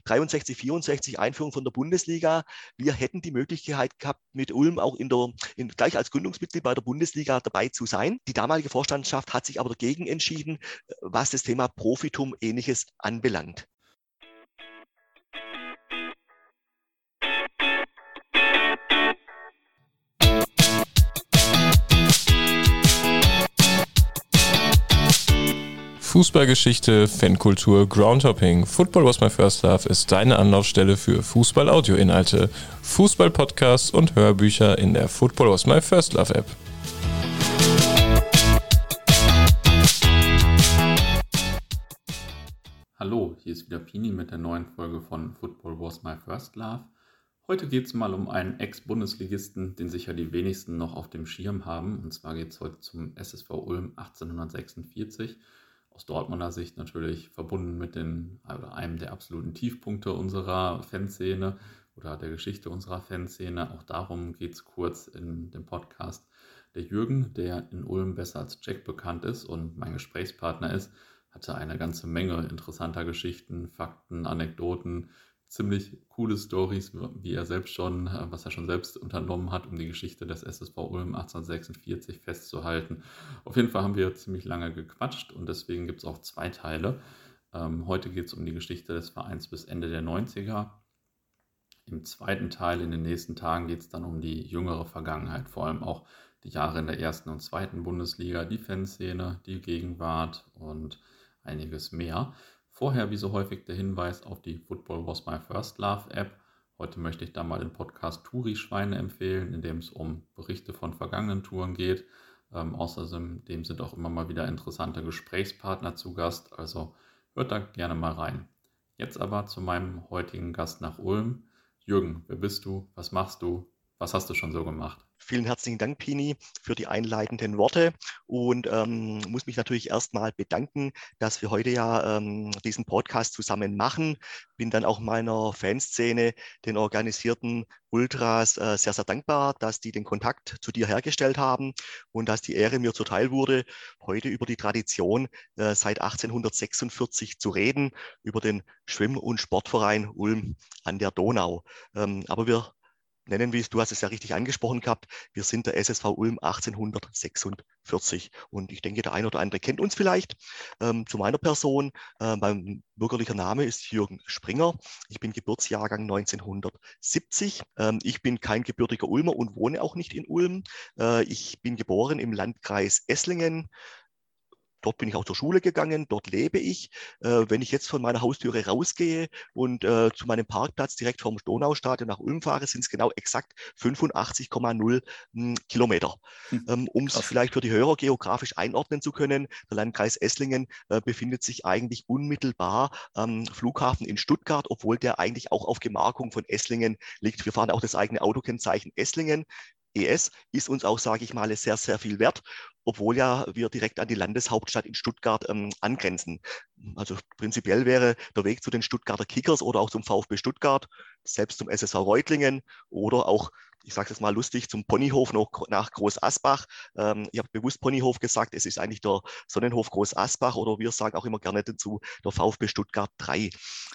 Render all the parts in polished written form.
63, 64 Einführung von der Bundesliga. Wir hätten die Möglichkeit gehabt, mit Ulm auch gleich als Gründungsmitglied bei der Bundesliga dabei zu sein. Die damalige Vorstandschaft hat sich aber dagegen entschieden, was das Thema Profitum Ähnliches anbelangt. Fußballgeschichte, Fankultur, Groundhopping. Football was my first love ist deine Anlaufstelle für Fußball-Audio-Inhalte, Fußball-Podcasts und Hörbücher in der Football was my first love App. Hallo, hier ist wieder Pini mit der neuen Folge von Football was my first love. Heute geht es mal um einen Ex-Bundesligisten, den sicher die wenigsten noch auf dem Schirm haben. Und zwar geht es heute zum SSV Ulm 1846. Aus Dortmunder Sicht natürlich verbunden mit einem der absoluten Tiefpunkte unserer Fanszene oder der Geschichte unserer Fanszene. Auch darum geht es kurz in dem Podcast. Der Jürgen, der in Ulm besser als Jack bekannt ist und mein Gesprächspartner ist, hatte eine ganze Menge interessanter Geschichten, Fakten, Anekdoten, ziemlich coole Storys, was er schon selbst unternommen hat, um die Geschichte des SSV Ulm 1846 festzuhalten. Auf jeden Fall haben wir ziemlich lange gequatscht und deswegen gibt es auch 2 Teile. Heute geht es um die Geschichte des Vereins bis Ende der 90er. Im zweiten Teil, in den nächsten Tagen, geht es dann um die jüngere Vergangenheit, vor allem auch die Jahre in der 1. und 2. Bundesliga, die Fanszene, die Gegenwart und einiges mehr. Vorher, wie so häufig, der Hinweis auf die Football was my first love App. Heute möchte ich da mal den Podcast Touri-Schweine empfehlen, in dem es um Berichte von vergangenen Touren geht. Außerdem sind auch immer mal wieder interessante Gesprächspartner zu Gast, also hört da gerne mal rein. Jetzt aber zu meinem heutigen Gast nach Ulm. Jürgen, wer bist du? Was machst du? Was hast du schon so gemacht? Vielen herzlichen Dank, Pini, für die einleitenden Worte und muss mich natürlich erstmal bedanken, dass wir heute ja diesen Podcast zusammen machen. Bin dann auch meiner Fanszene, den organisierten Ultras, sehr, sehr dankbar, dass die den Kontakt zu dir hergestellt haben und dass die Ehre mir zuteil wurde, heute über die Tradition seit 1846 zu reden, über den Schwimm- und Sportverein Ulm an der Donau. Aber du hast es ja richtig angesprochen gehabt, wir sind der SSV Ulm 1846 und ich denke, der eine oder andere kennt uns vielleicht. Zu meiner Person, mein bürgerlicher Name ist Jürgen Springer, ich bin Geburtsjahrgang 1970, ich bin kein gebürtiger Ulmer und wohne auch nicht in Ulm. Ich bin geboren im Landkreis Esslingen. Dort bin ich auch zur Schule gegangen, dort lebe ich. Wenn ich jetzt von meiner Haustüre rausgehe und zu meinem Parkplatz direkt vom Donaustadion nach Ulm fahre, sind es genau exakt 85,0 Kilometer. Um es vielleicht für die Hörer geografisch einordnen zu können, der Landkreis Esslingen befindet sich eigentlich unmittelbar am Flughafen in Stuttgart, obwohl der eigentlich auch auf Gemarkung von Esslingen liegt. Wir fahren auch das eigene Autokennzeichen Esslingen. ES ist uns auch, sage ich mal, sehr, sehr viel wert, obwohl ja wir direkt an die Landeshauptstadt in Stuttgart angrenzen. Also prinzipiell wäre der Weg zu den Stuttgarter Kickers oder auch zum VfB Stuttgart, selbst zum SSV Reutlingen oder auch, ich sage es mal lustig, zum Ponyhof nach Groß Asbach. Ich habe bewusst Ponyhof gesagt, es ist eigentlich der Sonnenhof Groß Asbach oder wir sagen auch immer gerne dazu der VfB Stuttgart 3.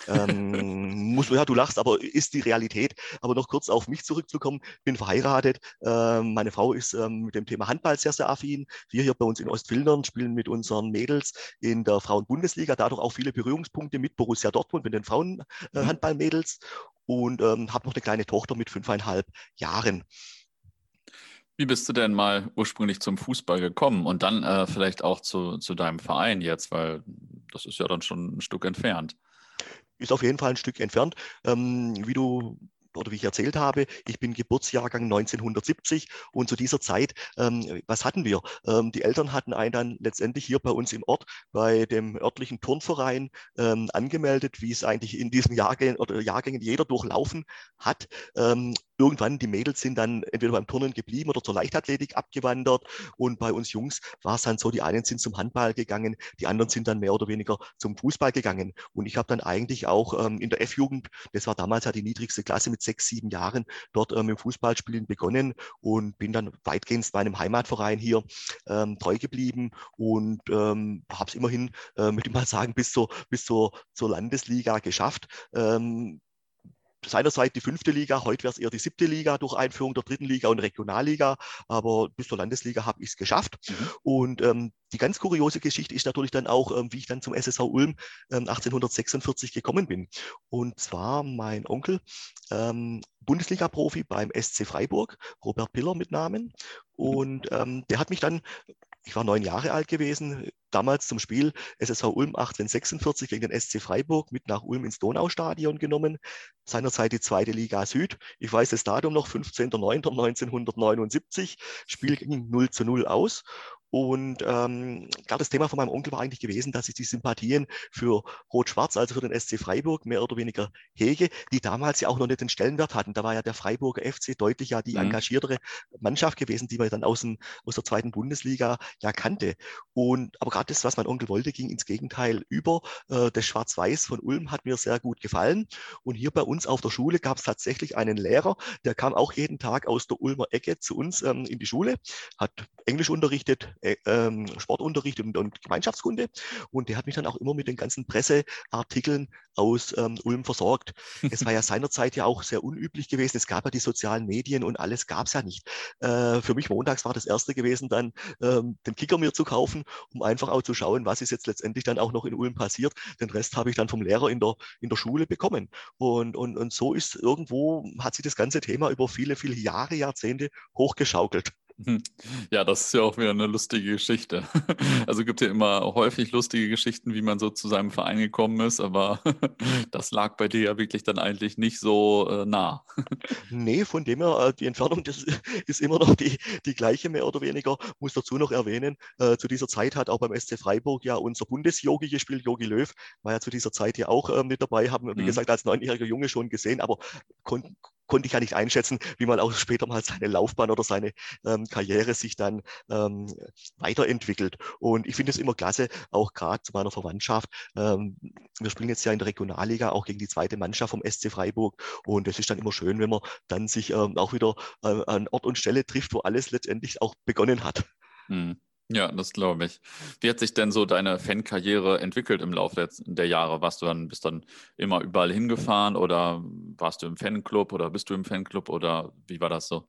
Du lachst, aber ist die Realität. Aber noch kurz auf mich zurückzukommen, bin verheiratet. Meine Frau ist mit dem Thema Handball sehr, sehr affin. Wir hier bei uns in Ostfildern spielen mit unseren Mädels in der Frauen-Bundesliga, dadurch auch viele Berührungspunkte mit Borussia Dortmund, mit den Frauen-Handballmädels und habe noch eine kleine Tochter mit 5,5 Jahren. Wie bist du denn mal ursprünglich zum Fußball gekommen und dann vielleicht auch zu deinem Verein jetzt, weil das ist ja dann schon ein Stück entfernt. Ist auf jeden Fall ein Stück entfernt. Wie ich erzählt habe, ich bin Geburtsjahrgang 1970 und zu dieser Zeit, was hatten wir? Die Eltern hatten einen dann letztendlich hier bei uns im Ort, bei dem örtlichen Turnverein angemeldet, wie es eigentlich in diesen Jahrgängen jeder durchlaufen hat. irgendwann, die Mädels sind dann entweder beim Turnen geblieben oder zur Leichtathletik abgewandert. Und bei uns Jungs war es dann so, die einen sind zum Handball gegangen, die anderen sind dann mehr oder weniger zum Fußball gegangen. Und ich habe dann eigentlich auch in der F-Jugend, das war damals ja die niedrigste Klasse mit 6, 7 Jahren, dort im Fußballspielen begonnen und bin dann weitgehend meinem Heimatverein hier treu geblieben und habe es immerhin, möchte ich mal sagen, zur Landesliga geschafft. Seinerzeit die 5. Liga, heute wäre es eher die 7. Liga durch Einführung der 3. Liga und Regionalliga, aber bis zur Landesliga habe ich es geschafft. Und die ganz kuriose Geschichte ist natürlich dann auch, wie ich dann zum SSV Ulm 1846 gekommen bin. Und zwar mein Onkel, Bundesliga-Profi beim SC Freiburg, Robert Piller mit Namen. Und der hat mich dann, ich war 9 Jahre alt gewesen, damals zum Spiel SSV Ulm 1846 gegen den SC Freiburg mit nach Ulm ins Donaustadion genommen. Seinerzeit die 2. Liga Süd. Ich weiß das Datum noch, 15.09.1979. Spiel ging 0:0 aus. Und klar, das Thema von meinem Onkel war eigentlich gewesen, dass ich die Sympathien für Rot-Schwarz, also für den SC Freiburg, mehr oder weniger hege, die damals ja auch noch nicht den Stellenwert hatten. Da war ja der Freiburger FC deutlich ja die engagiertere Mannschaft gewesen, die man dann aus der 2. Bundesliga ja kannte. Aber gerade das, was mein Onkel wollte, ging ins Gegenteil über. Das Schwarz-Weiß von Ulm hat mir sehr gut gefallen. Und hier bei uns auf der Schule gab es tatsächlich einen Lehrer, der kam auch jeden Tag aus der Ulmer Ecke zu uns in die Schule, hat Englisch unterrichtet, Sportunterricht und Gemeinschaftskunde. Und der hat mich dann auch immer mit den ganzen Presseartikeln aus Ulm versorgt. Es war ja seinerzeit ja auch sehr unüblich gewesen. Es gab ja die sozialen Medien und alles gab es ja nicht. Für mich montags war das Erste gewesen, dann den Kicker mir zu kaufen, um einfach auch zu schauen, was ist jetzt letztendlich dann auch noch in Ulm passiert. Den Rest habe ich dann vom Lehrer in der Schule bekommen. Und so ist irgendwo, hat sich das ganze Thema über viele, viele Jahre, Jahrzehnte hochgeschaukelt. Ja, das ist ja auch wieder eine lustige Geschichte. Also gibt ja immer häufig lustige Geschichten, wie man so zu seinem Verein gekommen ist, aber das lag bei dir ja wirklich dann eigentlich nicht so nah. Nee, von dem her, die Entfernung, das ist immer noch die gleiche, mehr oder weniger. Muss dazu noch erwähnen, zu dieser Zeit hat auch beim SC Freiburg ja unser Bundesjogi gespielt, Jogi Löw, war ja zu dieser Zeit ja auch mit dabei, haben wir, wie gesagt, als 9-jähriger Junge schon gesehen, aber konnte ich ja nicht einschätzen, wie mal auch später mal seine Laufbahn oder seine Karriere sich dann weiterentwickelt. Und ich finde es immer klasse, auch gerade zu meiner Verwandtschaft. Wir spielen jetzt ja in der Regionalliga auch gegen die 2. Mannschaft vom SC Freiburg. Und es ist dann immer schön, wenn man dann sich auch wieder an Ort und Stelle trifft, wo alles letztendlich auch begonnen hat. Ja, das glaube ich. Wie hat sich denn so deine Fankarriere entwickelt im Laufe der Jahre? Bist dann immer überall hingefahren oder warst du im Fanclub oder bist du im Fanclub oder wie war das so?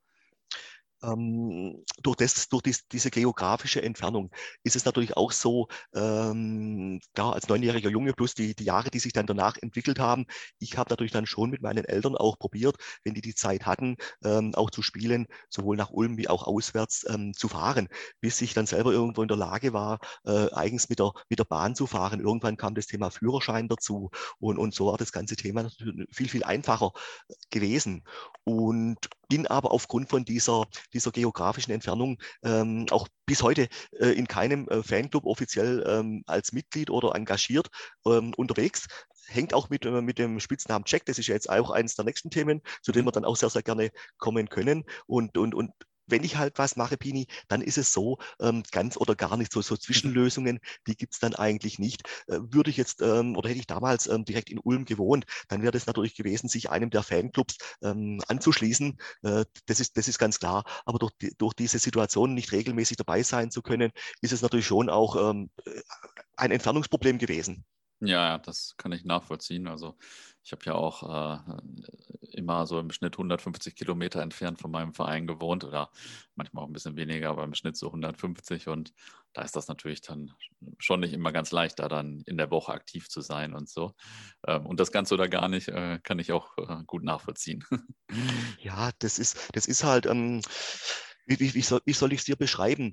Durch diese geografische Entfernung ist es natürlich auch so, klar, als 9-jähriger Junge plus die Jahre, die sich dann danach entwickelt haben, ich habe natürlich dann schon mit meinen Eltern auch probiert, wenn die Zeit hatten, auch zu spielen, sowohl nach Ulm wie auch auswärts zu fahren, bis ich dann selber irgendwo in der Lage war, eigens mit der Bahn zu fahren. Irgendwann kam das Thema Führerschein dazu und so war das ganze Thema natürlich viel, viel einfacher gewesen. Und bin aber aufgrund von dieser geografischen Entfernung auch bis heute in keinem Fanclub offiziell als Mitglied oder engagiert unterwegs. Hängt auch mit dem Spitznamen Jack, das ist ja jetzt auch eines der nächsten Themen, zu dem wir dann auch sehr, sehr gerne kommen können. Und wenn ich halt was mache, Pini, dann ist es so, ganz oder gar nicht so Zwischenlösungen, die gibt es dann eigentlich nicht. Würde ich jetzt oder hätte ich damals direkt in Ulm gewohnt, dann wäre das natürlich gewesen, sich einem der Fanclubs anzuschließen. Das ist ganz klar. Aber durch diese Situation nicht regelmäßig dabei sein zu können, ist es natürlich schon auch ein Entfernungsproblem gewesen. Ja, das kann ich nachvollziehen. Also ich habe ja auch immer so im Schnitt 150 Kilometer entfernt von meinem Verein gewohnt oder manchmal auch ein bisschen weniger, aber im Schnitt so 150 und da ist das natürlich dann schon nicht immer ganz leicht, da dann in der Woche aktiv zu sein und so. Und das Ganze oder gar nicht, kann ich auch gut nachvollziehen. Ja, das ist halt, wie soll ich es dir beschreiben?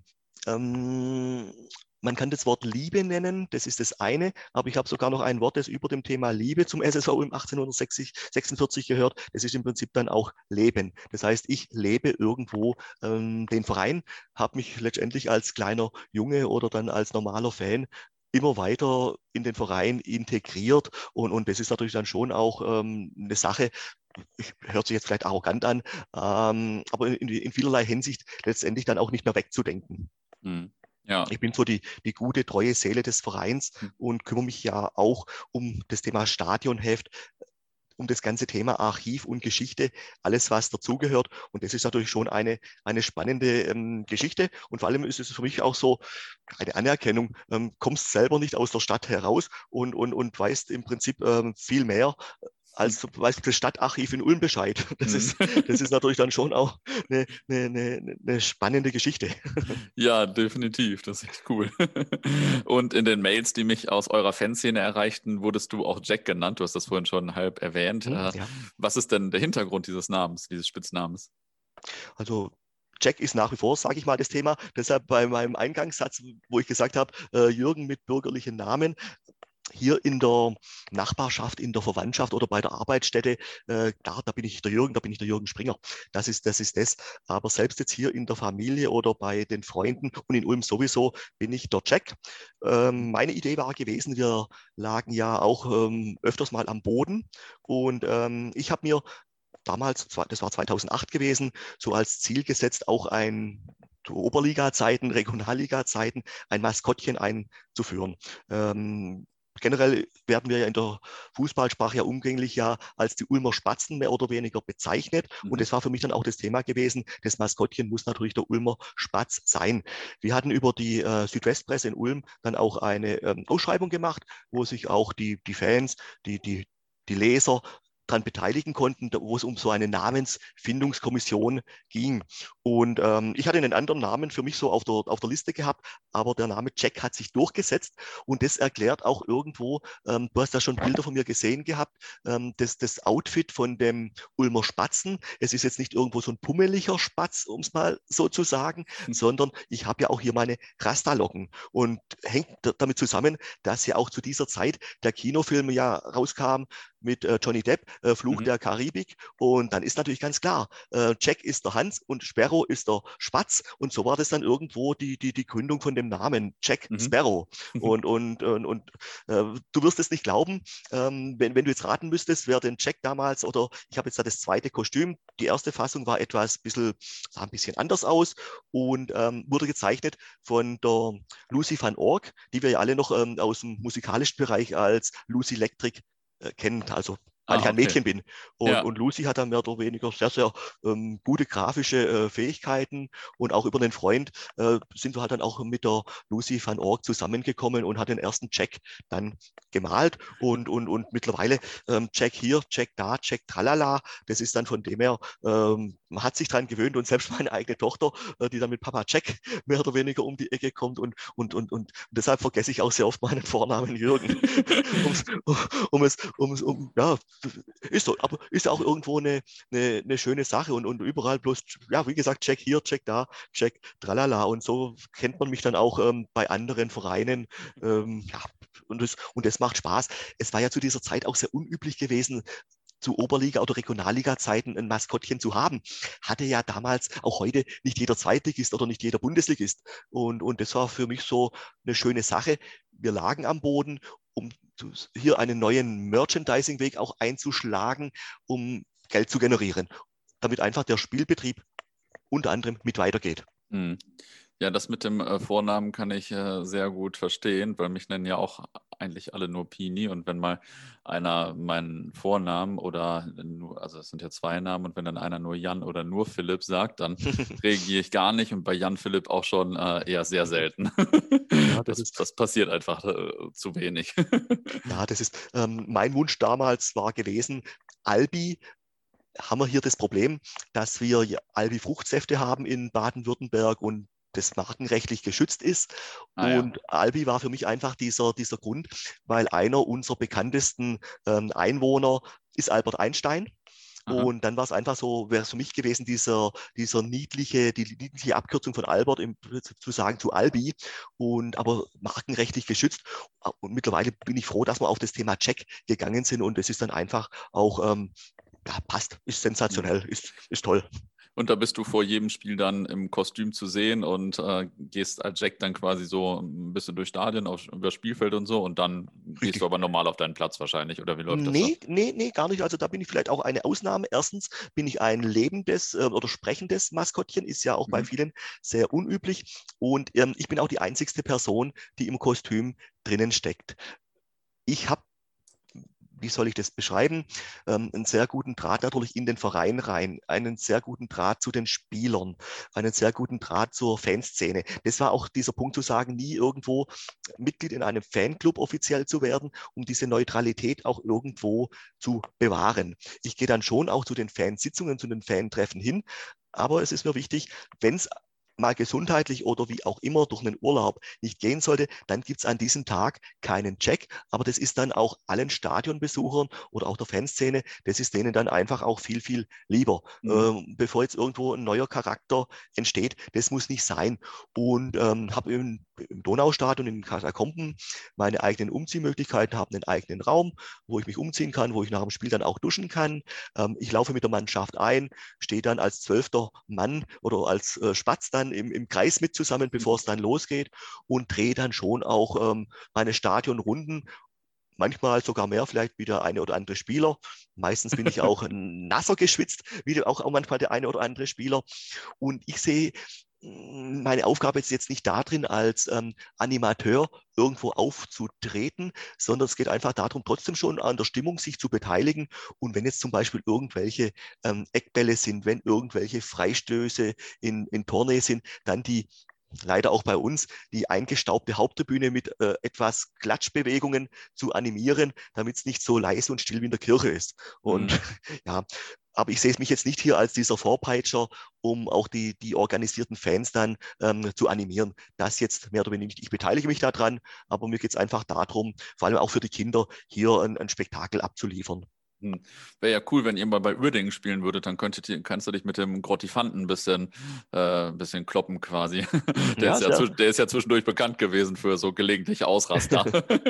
Man kann das Wort Liebe nennen, das ist das eine, aber ich habe sogar noch ein Wort, das über dem Thema Liebe zum SSV im 1846 gehört. Das ist im Prinzip dann auch Leben. Das heißt, ich lebe irgendwo den Verein, habe mich letztendlich als kleiner Junge oder dann als normaler Fan immer weiter in den Verein integriert und das ist natürlich dann schon auch eine Sache, hört sich jetzt vielleicht arrogant an, aber in vielerlei Hinsicht letztendlich dann auch nicht mehr wegzudenken. Mhm. Ja. Ich bin so die gute, treue Seele des Vereins und kümmere mich ja auch um das Thema Stadionheft, um das ganze Thema Archiv und Geschichte, alles, was dazugehört. Und das ist natürlich schon eine spannende Geschichte. Und vor allem ist es für mich auch so eine Anerkennung. Kommst selber nicht aus der Stadt heraus und weißt im Prinzip viel mehr als zum Beispiel das Stadtarchiv in Ulm Bescheid. Das ist natürlich dann schon auch eine spannende Geschichte. Ja, definitiv. Das ist echt cool. Und in den Mails, die mich aus eurer Fanszene erreichten, wurdest du auch Jack genannt. Du hast das vorhin schon halb erwähnt. Ja. Was ist denn der Hintergrund dieses Namens, dieses Spitznamens? Also Jack ist nach wie vor, sage ich mal, das Thema. Deshalb bei meinem Eingangssatz, wo ich gesagt habe, Jürgen mit bürgerlichen Namen, hier in der Nachbarschaft, in der Verwandtschaft oder bei der Arbeitsstätte, klar, da bin ich der Jürgen Springer. Das ist das. Aber selbst jetzt hier in der Familie oder bei den Freunden und in Ulm sowieso bin ich der Jack. Meine Idee war gewesen, wir lagen ja auch öfters mal am Boden und ich habe mir damals, das war 2008 gewesen, so als Ziel gesetzt, auch zu Oberliga-Zeiten, Regionalliga-Zeiten, ein Maskottchen einzuführen. Generell werden wir ja in der Fußballsprache ja umgänglich ja als die Ulmer Spatzen mehr oder weniger bezeichnet. Und das war für mich dann auch das Thema gewesen. Das Maskottchen muss natürlich der Ulmer Spatz sein. Wir hatten über die Südwestpresse in Ulm dann auch eine Ausschreibung gemacht, wo sich auch die Fans, die Leser daran beteiligen konnten, wo es um so eine Namensfindungskommission ging. Und ich hatte einen anderen Namen für mich so auf der Liste gehabt, aber der Name Jack hat sich durchgesetzt und das erklärt auch irgendwo, du hast ja schon Bilder von mir gesehen gehabt, das Outfit von dem Ulmer Spatzen. Es ist jetzt nicht irgendwo so ein pummeliger Spatz, um es mal so zu sagen, sondern ich habe ja auch hier meine Rastalocken und hängt damit zusammen, dass ja auch zu dieser Zeit der Kinofilm ja rauskam mit Johnny Depp, Fluch der Karibik. Und dann ist natürlich ganz klar, Jack ist der Hans und Sparrow ist der Spatz. Und so war das dann irgendwo die Gründung von dem Namen Jack Sparrow. Und du wirst es nicht glauben, wenn du jetzt raten müsstest, wer den Jack damals, oder ich habe jetzt da das zweite Kostüm, die erste Fassung war sah ein bisschen anders aus und wurde gezeichnet von der Lucy van Org, die wir ja alle noch aus dem musikalischen Bereich als Lucy Electric kennt, also weil ich ein Mädchen bin. Und Lucy hat dann mehr oder weniger sehr, sehr gute grafische Fähigkeiten und auch über einen Freund sind wir halt dann auch mit der Lucy van Org zusammengekommen und hat den ersten Jack dann gemalt und mittlerweile Jack hier, Jack da, Jack tralala, das ist dann von dem her, man hat sich dran gewöhnt und selbst meine eigene Tochter, die dann mit Papa Jack mehr oder weniger um die Ecke kommt und deshalb vergesse ich auch sehr oft meinen Vornamen Jürgen. Ja, ist so, aber ist ja auch irgendwo eine schöne Sache und überall bloß, ja, wie gesagt, Jack hier, Jack da, Jack tralala und so kennt man mich dann auch bei anderen Vereinen, ja, und das macht Spaß. Es war ja zu dieser Zeit auch sehr unüblich gewesen, zu Oberliga- oder Regionalliga-Zeiten ein Maskottchen zu haben. Hatte ja damals, auch heute, nicht jeder Zweitligist oder nicht jeder Bundesligist. Und das war für mich so eine schöne Sache. Wir lagen am Boden, um hier einen neuen Merchandising-Weg auch einzuschlagen, um Geld zu generieren, damit einfach der Spielbetrieb unter anderem mit weitergeht. Ja, das mit dem Vornamen kann ich sehr gut verstehen, weil mich nennen ja auch eigentlich alle nur Pini und wenn mal einer meinen Vornamen oder nur, also es sind ja zwei Namen und wenn dann einer nur Jan oder nur Philipp sagt, dann reagiere ich gar nicht und bei Jan Philipp auch schon eher sehr selten. Ja, das passiert einfach zu wenig. Ja, das ist mein Wunsch damals war gewesen, Albi. Haben wir hier das Problem, dass wir Albi Fruchtsäfte haben in Baden-Württemberg und das markenrechtlich geschützt ist. Und Albi war für mich einfach dieser Grund, weil einer unserer bekanntesten Einwohner ist Albert Einstein. Und dann war es einfach so, wäre es für mich gewesen, die niedliche Abkürzung von Albert zu sagen zu Albi, aber markenrechtlich geschützt. Und mittlerweile bin ich froh, dass wir auf das Thema Jack gegangen sind und es ist dann einfach auch, ja, passt, ist sensationell, ist toll. Und da bist du vor jedem Spiel dann im Kostüm zu sehen und gehst als Jack dann quasi so ein bisschen durchs Stadion, über das Spielfeld und so und dann gehst Richtig. du aber normal auf deinen Platz wahrscheinlich, oder wie läuft das Nee, gar nicht. Also da bin ich vielleicht auch eine Ausnahme. Erstens bin ich ein lebendes oder sprechendes Maskottchen, ist ja auch bei Mhm. vielen sehr unüblich. Und ich bin auch die einzigste Person, die im Kostüm drinnen steckt. Ich habe, wie soll ich das beschreiben, einen sehr guten Draht natürlich in den Verein rein, einen sehr guten Draht zu den Spielern, einen sehr guten Draht zur Fanszene. Das war auch dieser Punkt zu sagen, nie irgendwo Mitglied in einem Fanclub offiziell zu werden, um diese Neutralität auch irgendwo zu bewahren. Ich gehe dann schon auch zu den Fansitzungen, zu den Fantreffen hin, aber es ist mir wichtig, wenn es mal gesundheitlich oder wie auch immer durch einen Urlaub nicht gehen sollte, dann gibt es an diesem Tag keinen Check. Aber das ist dann auch allen Stadionbesuchern oder auch der Fanszene, das ist denen dann einfach auch viel, viel lieber. Mhm. Bevor jetzt irgendwo ein neuer Charakter entsteht, das muss nicht sein. Und habe im Donaustadion, in den Katakomben meine eigenen Umziehmöglichkeiten, habe einen eigenen Raum, wo ich mich umziehen kann, wo ich nach dem Spiel dann auch duschen kann. Ich laufe mit der Mannschaft ein, stehe dann als 12. Mann oder als Spatz dann im Kreis mit zusammen, bevor es dann losgeht und drehe dann schon auch meine Stadionrunden, manchmal sogar mehr, vielleicht wie der eine oder andere Spieler. Meistens bin ich auch nasser geschwitzt, wie auch manchmal der eine oder andere Spieler. Und ich sehe meine Aufgabe ist jetzt nicht darin, als Animateur irgendwo aufzutreten, sondern es geht einfach darum, trotzdem schon an der Stimmung sich zu beteiligen. Und wenn jetzt zum Beispiel irgendwelche Eckbälle sind, wenn irgendwelche Freistöße in Tournee sind, dann die leider auch bei uns die eingestaubte Haupttribüne mit etwas Klatschbewegungen zu animieren, damit es nicht so leise und still wie in der Kirche ist. Und Mhm. ja, aber ich sehe mich jetzt nicht hier als dieser Vorpeitscher, um auch die organisierten Fans dann zu animieren. Das jetzt mehr oder weniger nicht. Ich beteilige mich daran, aber mir geht es einfach darum, vor allem auch für die Kinder, hier ein Spektakel abzuliefern. Wäre ja cool, wenn ihr mal bei Uerdingen spielen würdet, dann kannst du dich mit dem Grottifanten bisschen kloppen quasi. Der Ja, ist es ja, wäre der ist ja zwischendurch bekannt gewesen für so gelegentliche Ausraster.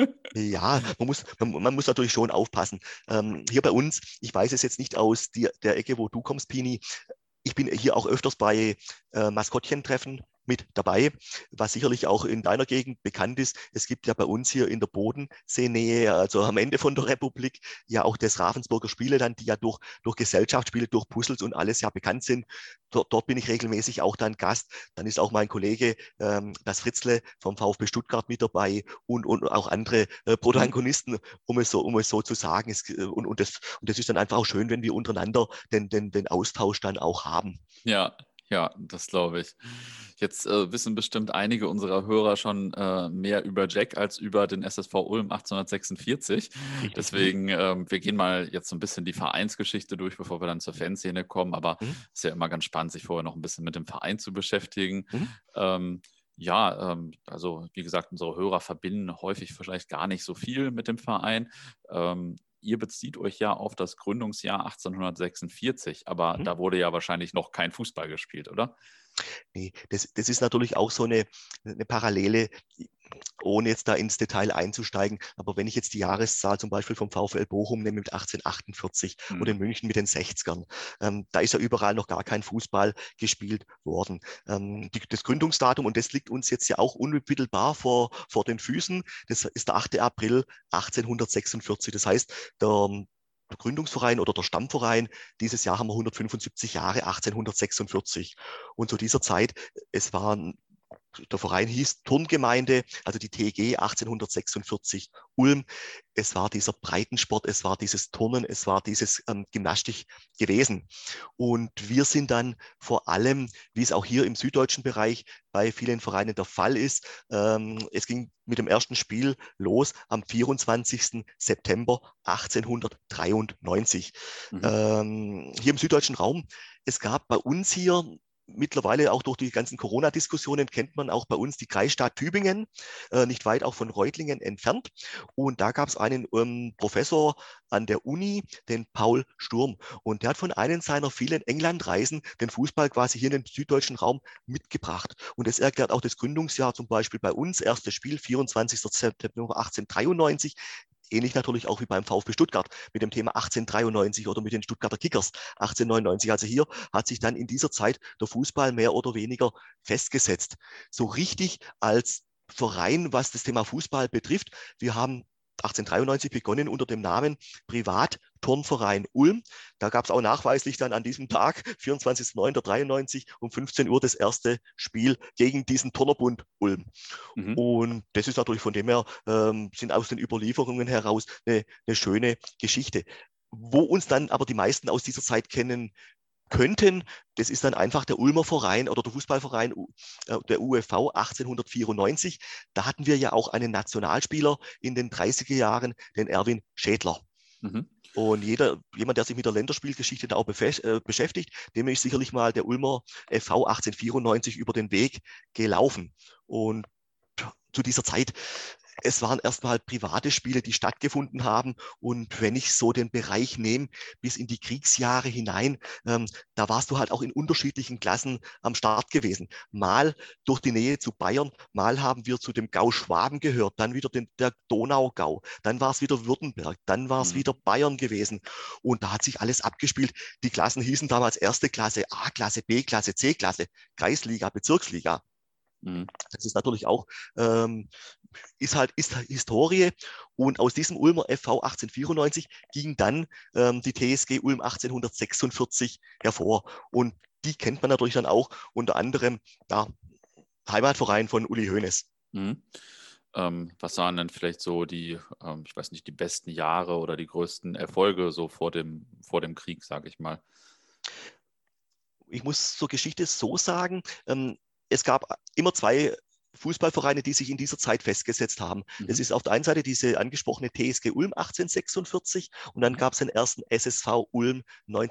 Ja, man muss natürlich schon aufpassen. Hier bei uns, ich weiß es jetzt nicht aus der Ecke, wo du kommst, Pini, ich bin hier auch öfters bei Maskottchentreffen mit dabei, was sicherlich auch in deiner Gegend bekannt ist. Es gibt ja bei uns hier in der Bodenseenähe, also am Ende von der Republik, ja auch das Ravensburger Spieleland, die ja durch Gesellschaftsspiele, durch Puzzles und alles ja bekannt sind. Dort bin ich regelmäßig auch dann Gast. Dann ist auch mein Kollege, das Fritzle vom VfB Stuttgart mit dabei und auch andere Protagonisten, um es so zu sagen. Und das ist dann einfach auch schön, wenn wir untereinander den Austausch dann auch haben. Ja, ja, das glaube ich. Jetzt wissen bestimmt einige unserer Hörer schon mehr über Jack als über den SSV Ulm 1846. Richtig. Deswegen, wir gehen mal jetzt so ein bisschen die Vereinsgeschichte durch, bevor wir dann zur Fanszene kommen. Aber Mhm. es ist ja immer ganz spannend, sich vorher noch ein bisschen mit dem Verein zu beschäftigen. Mhm. Ja, also wie gesagt, unsere Hörer verbinden häufig vielleicht gar nicht so viel mit dem Verein. Ihr bezieht euch ja auf das Gründungsjahr 1846, aber Mhm. da wurde ja wahrscheinlich noch kein Fußball gespielt, oder? Nee, das ist natürlich auch so eine Parallele, ohne jetzt da ins Detail einzusteigen. Aber wenn ich jetzt die Jahreszahl zum Beispiel vom VfL Bochum nehme mit 1848 oder in Mhm. München mit den 60ern, da ist ja überall noch gar kein Fußball gespielt worden. Das Gründungsdatum, und das liegt uns jetzt ja auch unmittelbar vor den Füßen, das ist der 8. April 1846. Das heißt, der Gründungsverein oder der Stammverein, dieses Jahr haben wir 175 Jahre, 1846. Und zu dieser Zeit, es waren der Verein hieß Turngemeinde, also die TG 1846 Ulm. Es war dieser Breitensport, es war dieses Turnen, es war dieses Gymnastik gewesen. Und wir sind dann vor allem, wie es auch hier im süddeutschen Bereich bei vielen Vereinen der Fall ist, es ging mit dem ersten Spiel los am 24. September 1893. Mhm. Hier im süddeutschen Raum, es gab bei uns hier mittlerweile auch durch die ganzen Corona-Diskussionen kennt man auch bei uns die Kreisstadt Tübingen, nicht weit auch von Reutlingen entfernt. Und da gab es einen Professor an der Uni, den Paul Sturm. Und der hat von einem seiner vielen Englandreisen den Fußball quasi hier in den süddeutschen Raum mitgebracht. Und das erklärt auch das Gründungsjahr zum Beispiel bei uns, erstes Spiel, 24. September 1893. ähnlich natürlich auch wie beim VfB Stuttgart mit dem Thema 1893 oder mit den Stuttgarter Kickers 1899. Also hier hat sich dann in dieser Zeit der Fußball mehr oder weniger festgesetzt. So richtig als Verein, was das Thema Fußball betrifft. Wir haben 1893 begonnen unter dem Namen Privatturnverein Ulm. Da gab es auch nachweislich dann an diesem Tag, 24.09.93 um 15 Uhr das erste Spiel gegen diesen Turnerbund Ulm. Und das ist natürlich von dem her, sind aus den Überlieferungen heraus eine schöne Geschichte. Wo uns dann aber die meisten aus dieser Zeit kennen könnten, das ist dann einfach der Ulmer Verein oder der Fußballverein der UFV 1894. Da hatten wir ja auch einen Nationalspieler in den 30er Jahren, den Erwin Schädler. Und jemand, der sich mit der Länderspielgeschichte da auch beschäftigt, dem ist sicherlich mal der Ulmer FV 1894 über den Weg gelaufen. Und zu dieser Zeit, es waren erstmal private Spiele, die stattgefunden haben. Und wenn ich so den Bereich nehme, bis in die Kriegsjahre hinein, da warst du halt auch in unterschiedlichen Klassen am Start gewesen. Mal durch die Nähe zu Bayern, mal haben wir zu dem Gau Schwaben gehört, dann wieder der Donaugau, dann war es wieder Württemberg, dann war es wieder Bayern gewesen. Und da hat sich alles abgespielt. Die Klassen hießen damals erste Klasse, A-Klasse, B-Klasse, C-Klasse, Kreisliga, Bezirksliga. Das ist natürlich auch, ist Historie. Und aus diesem Ulmer FV 1894 ging dann die TSG Ulm 1846 hervor. Und die kennt man natürlich dann auch unter anderem, Heimatverein von Uli Hoeneß. Was waren denn vielleicht so die, ich weiß nicht, die besten Jahre oder die größten Erfolge so vor dem Krieg, sage ich mal? Ich muss zur Geschichte so sagen, es gab immer zwei Fußballvereine, die sich in dieser Zeit festgesetzt haben. Das ist auf der einen Seite diese angesprochene TSG Ulm 1846 und dann gab es den ersten SSV Ulm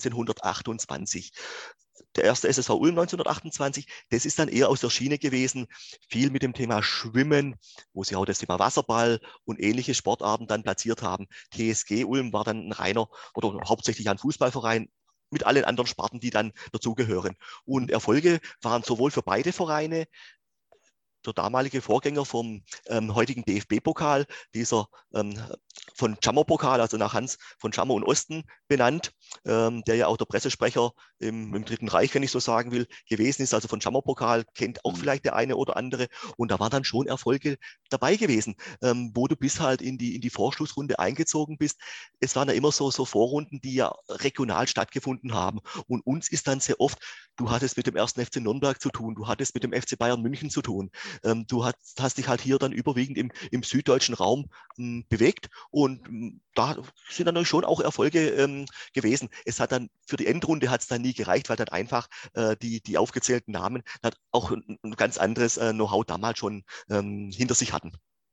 1928. Der erste SSV Ulm 1928, das ist dann eher aus der Schiene gewesen, viel mit dem Thema Schwimmen, wo sie auch das Thema Wasserball und ähnliche Sportarten dann platziert haben. TSG Ulm war dann ein reiner oder hauptsächlich ein Fußballverein, mit allen anderen Sparten, die dann dazugehören. Und Erfolge waren sowohl für beide Vereine, der damalige Vorgänger vom heutigen DFB-Pokal, dieser von Schammer-Pokal, also nach Hans von Schammer und Osten benannt, der ja auch der Pressesprecher im Dritten Reich, wenn ich so sagen will, gewesen ist. Also von Schammer-Pokal kennt auch vielleicht der eine oder andere. Und da waren dann schon Erfolge dabei gewesen, wo du bis halt in die Vorschlussrunde eingezogen bist. Es waren ja immer so Vorrunden, die ja regional stattgefunden haben. Und uns ist dann sehr oft, du hattest mit dem 1. FC Nürnberg zu tun, du hattest mit dem FC Bayern München zu tun. Du hast dich halt hier dann überwiegend im süddeutschen Raum bewegt und da sind dann schon auch Erfolge gewesen. Es hat dann für die Endrunde hat es dann nie gereicht, weil dann einfach die aufgezählten Namen hat auch ein ganz anderes Know-how damals schon hinter sich hatten.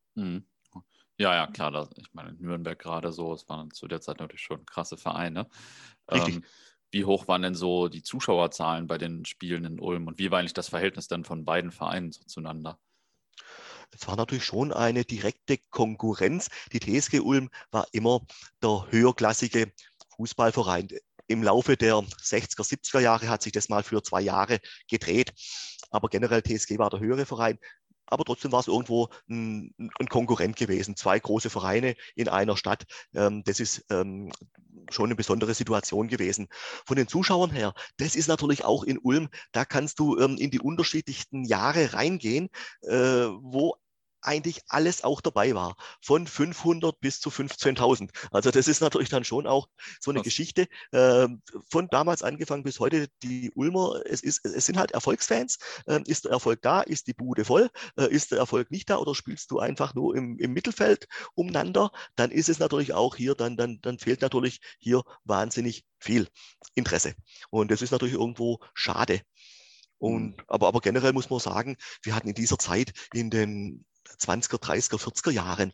Ja, klar. Ich meine, Nürnberg gerade so, es waren zu der Zeit natürlich schon krasse Vereine. Richtig. Wie hoch waren denn so die Zuschauerzahlen bei den Spielen in Ulm und wie war eigentlich das Verhältnis dann von beiden Vereinen zueinander? Es war natürlich schon eine direkte Konkurrenz. Die TSG Ulm war immer der höherklassige Fußballverein. Im Laufe der 60er, 70er Jahre hat sich das mal für 2 Jahre gedreht. Aber generell TSG war der höhere Verein. Aber trotzdem war es irgendwo ein Konkurrent gewesen. 2 große Vereine in einer Stadt. Das ist schon eine besondere Situation gewesen. Von den Zuschauern her, das ist natürlich auch in Ulm, da kannst du in die unterschiedlichsten Jahre reingehen, wo eigentlich alles auch dabei war, von 500 bis zu 15.000. Also das ist natürlich dann schon auch so eine Geschichte, von damals angefangen bis heute, die Ulmer, es sind halt Erfolgsfans, ist der Erfolg da, ist die Bude voll, ist der Erfolg nicht da oder spielst du einfach nur im Mittelfeld umeinander, dann ist es natürlich auch hier, dann fehlt natürlich hier wahnsinnig viel Interesse. Und das ist natürlich irgendwo schade. Aber generell muss man sagen, wir hatten in dieser Zeit in den 20er, 30er, 40er Jahren,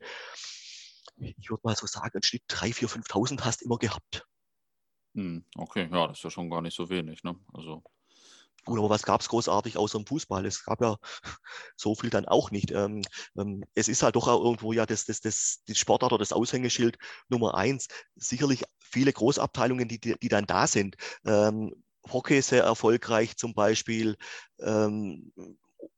ich würde mal so sagen, ein Schnitt 3.000, 4.000, 5.000 hast immer gehabt. Okay, ja, das ist ja schon gar nicht so wenig, ne? Also. Gut, aber was gab es großartig außer dem Fußball? Es gab ja so viel dann auch nicht. Es ist halt doch auch irgendwo ja die Sportart oder das Aushängeschild Nummer 1. Sicherlich viele Großabteilungen, die dann da sind. Hockey sehr erfolgreich zum Beispiel.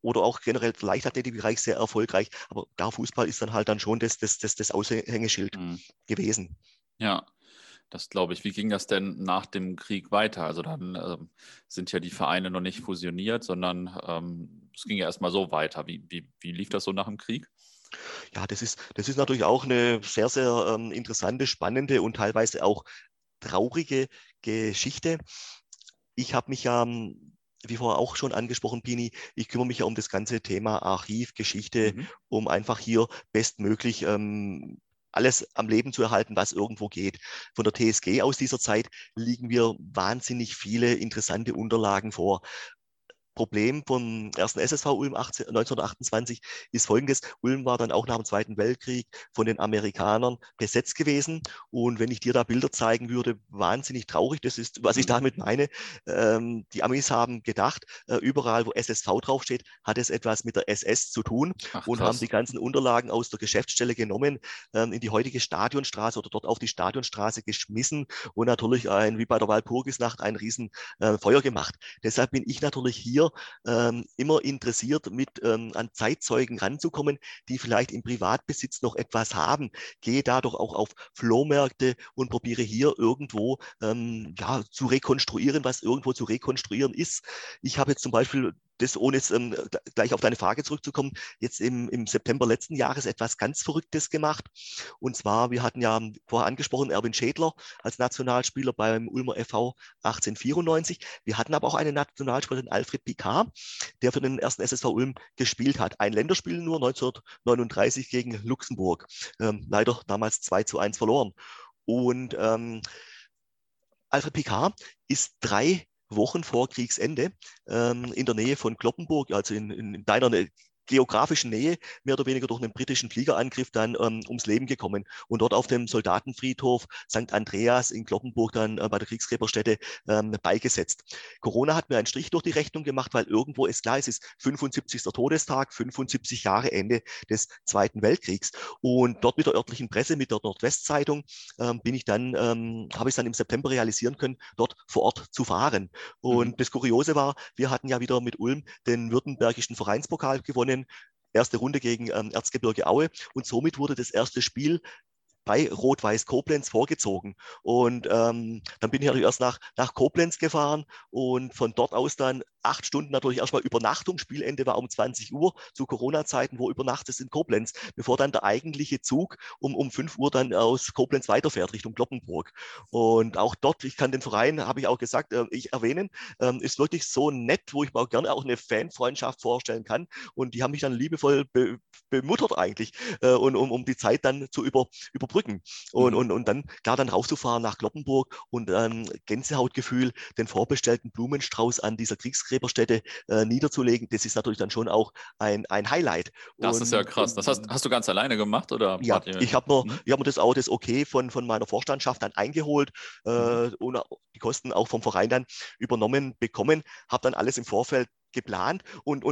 oder auch generell der Leichtathletikbereich sehr erfolgreich. Aber da Fußball ist dann halt dann schon das Aushängeschild gewesen. Ja, das glaube ich. Wie ging das denn nach dem Krieg weiter? Also dann sind ja die Vereine noch nicht fusioniert, sondern es ging ja erstmal so weiter. Wie lief das so nach dem Krieg? Ja, das ist natürlich auch eine sehr, sehr interessante, spannende und teilweise auch traurige Geschichte. Ich habe mich ja, wie vorher auch schon angesprochen, Pini, ich kümmere mich ja um das ganze Thema Archiv, Geschichte, um einfach hier bestmöglich alles am Leben zu erhalten, was irgendwo geht. Von der TSG aus dieser Zeit liegen wir wahnsinnig viele interessante Unterlagen vor. Problem vom ersten SSV Ulm 1928 ist folgendes. Ulm war dann auch nach dem Zweiten Weltkrieg von den Amerikanern besetzt gewesen. Und wenn ich dir da Bilder zeigen würde, wahnsinnig traurig, das ist, was ich damit meine. Die Amis haben gedacht, überall, wo SSV draufsteht, hat es etwas mit der SS zu tun. Ach, und haben krass. die ganzen Unterlagen aus der Geschäftsstelle genommen, in die heutige Stadionstraße oder dort auf die Stadionstraße geschmissen und natürlich wie bei der Walpurgisnacht ein riesen Feuer gemacht. Deshalb bin ich natürlich hier immer interessiert, an Zeitzeugen ranzukommen, die vielleicht im Privatbesitz noch etwas haben. Gehe dadurch auch auf Flohmärkte und probiere hier irgendwo zu rekonstruieren, was irgendwo zu rekonstruieren ist. Ich habe jetzt zum Beispiel das, ohne jetzt gleich auf deine Frage zurückzukommen, jetzt im September letzten Jahres etwas ganz Verrücktes gemacht. Und zwar, wir hatten ja vorher angesprochen, Erwin Schädler als Nationalspieler beim Ulmer FV 1894. Wir hatten aber auch einen Nationalspieler, den Alfred Picard, der für den ersten SSV Ulm gespielt hat. Ein Länderspiel nur 1939 gegen Luxemburg. Leider damals 2:1 verloren. Und Alfred Picard ist 3 Wochen vor Kriegsende in der Nähe von Cloppenburg, also in deiner geografischen Nähe, mehr oder weniger durch einen britischen Fliegerangriff dann ums Leben gekommen und dort auf dem Soldatenfriedhof St. Andreas in Cloppenburg dann bei der Kriegsgräberstätte beigesetzt. Corona hat mir einen Strich durch die Rechnung gemacht, weil irgendwo ist klar, es ist 75. Todestag, 75 Jahre Ende des Zweiten Weltkriegs. Und dort mit der örtlichen Presse, mit der Nordwestzeitung, habe ich es dann im September realisieren können, dort vor Ort zu fahren. Und das Kuriose war, wir hatten ja wieder mit Ulm den württembergischen Vereinspokal gewonnen, erste Runde gegen Erzgebirge Aue, und somit wurde das erste Spiel bei Rot-Weiß Koblenz vorgezogen. Und dann bin ich natürlich erst nach Koblenz gefahren und von dort aus dann 8 Stunden natürlich erstmal Übernachtung. Spielende war um 20 Uhr zu Corona-Zeiten, wo übernachtet in Koblenz, bevor dann der eigentliche Zug um 5 Uhr dann aus Koblenz weiterfährt Richtung Cloppenburg. Und auch dort, ich kann den Verein, habe ich auch gesagt, ich erwähnen, ist wirklich so nett, wo ich mir auch gerne auch eine Fanfreundschaft vorstellen kann. Und die haben mich dann liebevoll bemuttert eigentlich, um die Zeit dann zu überbrücken. Und dann, klar, dann raufzufahren nach Cloppenburg und Gänsehautgefühl, den vorbestellten Blumenstrauß an dieser Kriegsgräberstätte niederzulegen, das ist natürlich dann schon auch ein Highlight. Das ist ja krass. Das hast du ganz alleine gemacht, oder? Ja, ich habe mir das Okay von meiner Vorstandschaft dann eingeholt und die Kosten auch vom Verein dann übernommen bekommen, habe dann alles im Vorfeld geplant und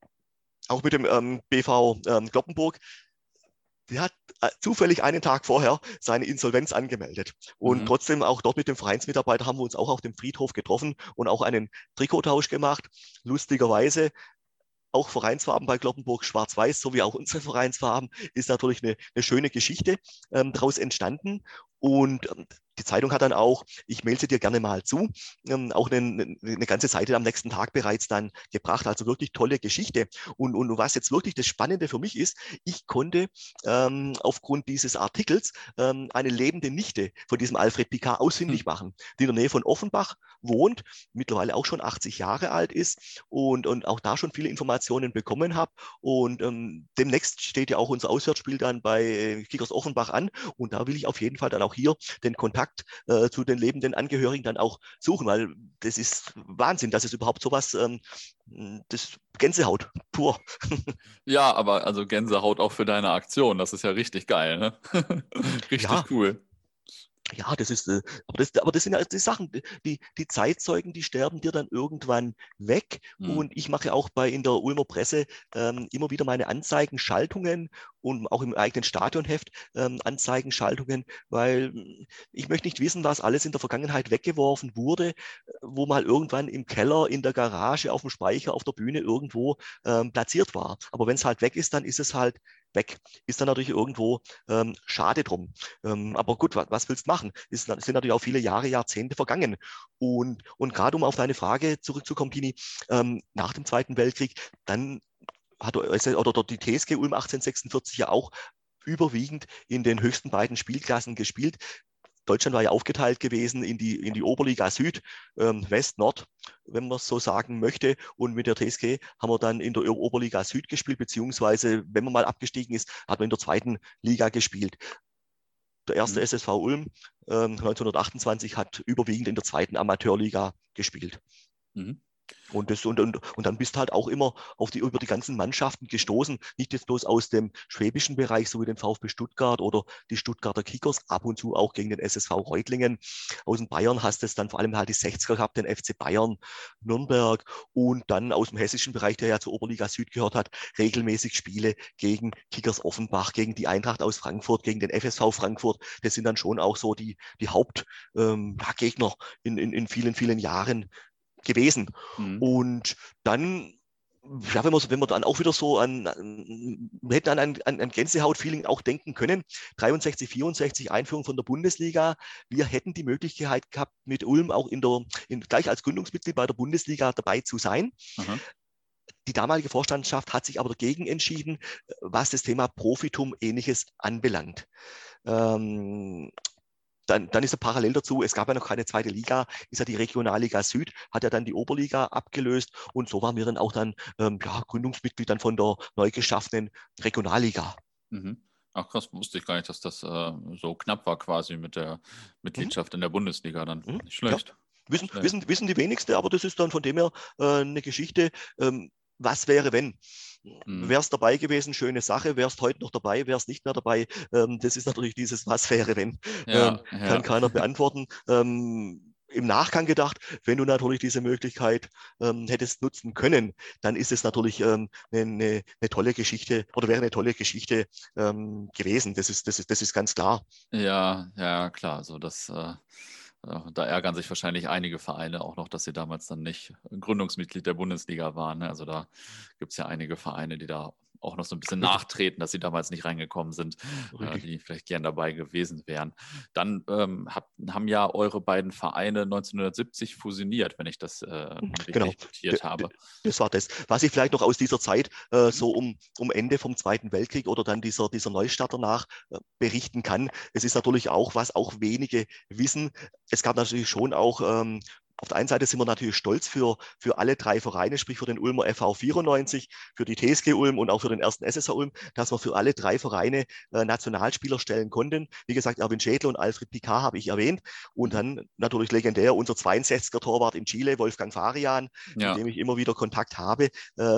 auch mit dem BV Cloppenburg. Der hat zufällig einen Tag vorher seine Insolvenz angemeldet. Und trotzdem auch dort mit dem Vereinsmitarbeiter haben wir uns auch auf dem Friedhof getroffen und auch einen Trikottausch gemacht. Lustigerweise auch Vereinsfarben bei Cloppenburg schwarz-weiß, so wie auch unsere Vereinsfarben, ist natürlich eine schöne Geschichte daraus entstanden. Und die Zeitung hat dann auch, ich mail sie dir gerne mal zu, auch eine ganze Seite am nächsten Tag bereits dann gebracht. Also wirklich tolle Geschichte. Und was jetzt wirklich das Spannende für mich ist, ich konnte aufgrund dieses Artikels eine lebende Nichte von diesem Alfred Picard ausfindig machen, die in der Nähe von Offenbach wohnt, mittlerweile auch schon 80 Jahre alt ist und auch da schon viele Informationen bekommen habe. Und demnächst steht ja auch unser Auswärtsspiel dann bei Kickers Offenbach an. Und da will ich auf jeden Fall dann auch hier den Kontakt zu den lebenden Angehörigen dann auch suchen, weil das ist Wahnsinn, dass es überhaupt sowas, das Gänsehaut pur. Ja, aber also Gänsehaut auch für deine Aktion, das ist ja richtig geil, ne? Richtig Ja. cool. Ja, aber das sind ja die Sachen, die Zeitzeugen, die sterben dir dann irgendwann weg. Mhm. Und ich mache auch in der Ulmer Presse immer wieder meine Anzeigenschaltungen und auch im eigenen Stadionheft Anzeigenschaltungen, weil ich möchte nicht wissen, was alles in der Vergangenheit weggeworfen wurde, wo mal irgendwann im Keller, in der Garage, auf dem Speicher, auf der Bühne irgendwo platziert war. Aber wenn es halt weg ist, dann ist es halt weg. Ist dann natürlich irgendwo schade drum. Aber gut, was willst du machen? Es sind natürlich auch viele Jahre, Jahrzehnte vergangen. Und gerade um auf deine Frage zurückzukommen, Pini, nach dem Zweiten Weltkrieg, dann oder die TSG Ulm 1846 ja auch überwiegend in den höchsten beiden Spielklassen gespielt. Deutschland war ja aufgeteilt gewesen in die Oberliga Süd, West, Nord, wenn man es so sagen möchte. Und mit der TSG haben wir dann in der Oberliga Süd gespielt, beziehungsweise, wenn man mal abgestiegen ist, hat man in der zweiten Liga gespielt. Der erste Mhm. SSV Ulm 1928 hat überwiegend in der zweiten Amateurliga gespielt. Mhm. Und dann bist du halt auch immer über die ganzen Mannschaften gestoßen, nicht jetzt bloß aus dem schwäbischen Bereich, so wie den VfB Stuttgart oder die Stuttgarter Kickers, ab und zu auch gegen den SSV Reutlingen. Aus den Bayern hast du es dann vor allem halt die 60er gehabt, den FC Bayern, Nürnberg, und dann aus dem hessischen Bereich, der ja zur Oberliga Süd gehört hat, regelmäßig Spiele gegen Kickers Offenbach, gegen die Eintracht aus Frankfurt, gegen den FSV Frankfurt. Das sind dann schon auch so die Hauptgegner in vielen, vielen Jahren gewesen. Mhm. Und dann, ja, wenn wir dann auch wieder so wir hätten an ein Gänsehaut-Feeling auch denken können. 63, 64, Einführung von der Bundesliga. Wir hätten die Möglichkeit gehabt, mit Ulm auch gleich als Gründungsmitglied bei der Bundesliga dabei zu sein. Aha. Die damalige Vorstandschaft hat sich aber dagegen entschieden, was das Thema Profitum ähnliches anbelangt. Ähm, dann ist er parallel dazu, es gab ja noch keine zweite Liga, ist ja die Regionalliga Süd, hat ja dann die Oberliga abgelöst, und so waren wir dann auch dann Gründungsmitglied dann von der neu geschaffenen Regionalliga. Mhm. Ach krass, wusste ich gar nicht, dass das so knapp war quasi mit der Mhm. Mitgliedschaft in der Bundesliga dann. Mhm. Nicht Ja, schlecht. wissen, Nicht schlecht. wissen, wissen die wenigste, aber das ist dann von dem her eine Geschichte. Was wäre, wenn? Mhm. Wäre es dabei gewesen, schöne Sache. Wäre es heute noch dabei, wäre es nicht mehr dabei. Das ist natürlich dieses Was wäre, wenn. Ja, Kann ja. keiner beantworten. Im Nachgang gedacht, wenn du natürlich diese Möglichkeit hättest nutzen können, dann ist es natürlich eine tolle Geschichte oder wäre eine tolle Geschichte gewesen. Das ist ganz klar. Ja, ja, klar. Also da ärgern sich wahrscheinlich einige Vereine auch noch, dass sie damals dann nicht Gründungsmitglied der Bundesliga waren. Ne? Also da gibt es ja einige Vereine, die da auch noch so ein bisschen Richtig, nachtreten, dass sie damals nicht reingekommen sind, richtig. die vielleicht gern dabei gewesen wären. Dann haben ja eure beiden Vereine 1970 fusioniert, wenn ich das Genau. richtig notiert habe. Das war das. Was ich vielleicht noch aus dieser Zeit, Mhm. so um Ende vom Zweiten Weltkrieg oder dann dieser Neustart danach berichten kann. Es ist natürlich auch, was auch wenige wissen. Es gab natürlich schon auch auf der einen Seite sind wir natürlich stolz für alle drei Vereine, sprich für den Ulmer FV 94, für die TSG Ulm und auch für den ersten SSV Ulm, dass wir für alle drei Vereine Nationalspieler stellen konnten. Wie gesagt, Erwin Schädel und Alfred Picard habe ich erwähnt. Und Mhm. dann natürlich legendär unser 62er Torwart in Chile, Wolfgang Farian, zu Ja, dem ich immer wieder Kontakt habe.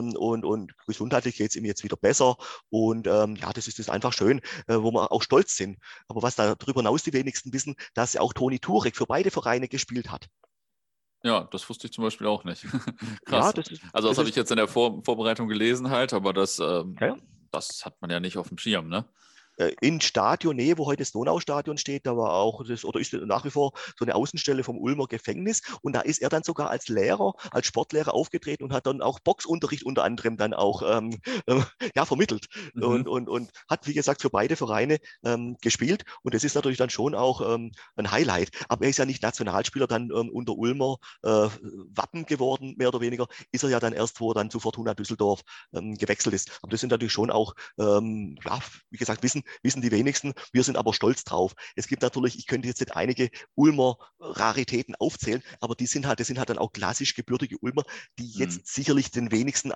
Und gesundheitlich geht es ihm jetzt wieder besser. Und ja, das einfach schön, wo wir auch stolz sind. Aber was darüber hinaus die wenigsten wissen, dass auch Toni Turek für beide Vereine gespielt hat. ja, das wusste ich zum Beispiel auch nicht. Ja, Krass. Also das das habe ich ist, jetzt in der Vorbereitung gelesen halt, aber ja, das hat man ja nicht auf dem Schirm, ne? in Stadionnähe, wo heute das Donaustadion steht, da war auch oder ist nach wie vor so eine Außenstelle vom Ulmer Gefängnis. Und da ist er dann sogar als Lehrer, als Sportlehrer aufgetreten und hat dann auch Boxunterricht unter anderem dann auch ja, vermittelt. Mhm. Und hat, wie gesagt, für beide Vereine gespielt. Und das ist natürlich dann schon auch ein Highlight. Aber er ist ja nicht Nationalspieler dann unter Ulmer Wappen geworden, mehr oder weniger. Ist er ja dann erst, wo er dann zu Fortuna Düsseldorf gewechselt ist. Aber das sind natürlich schon auch, ja, wie gesagt, wissen die wenigsten. Wir sind aber stolz drauf. Es gibt natürlich, ich könnte jetzt nicht einige Ulmer Raritäten aufzählen, aber das sind halt dann auch klassisch gebürtige Ulmer, die Mhm. jetzt sicherlich den wenigsten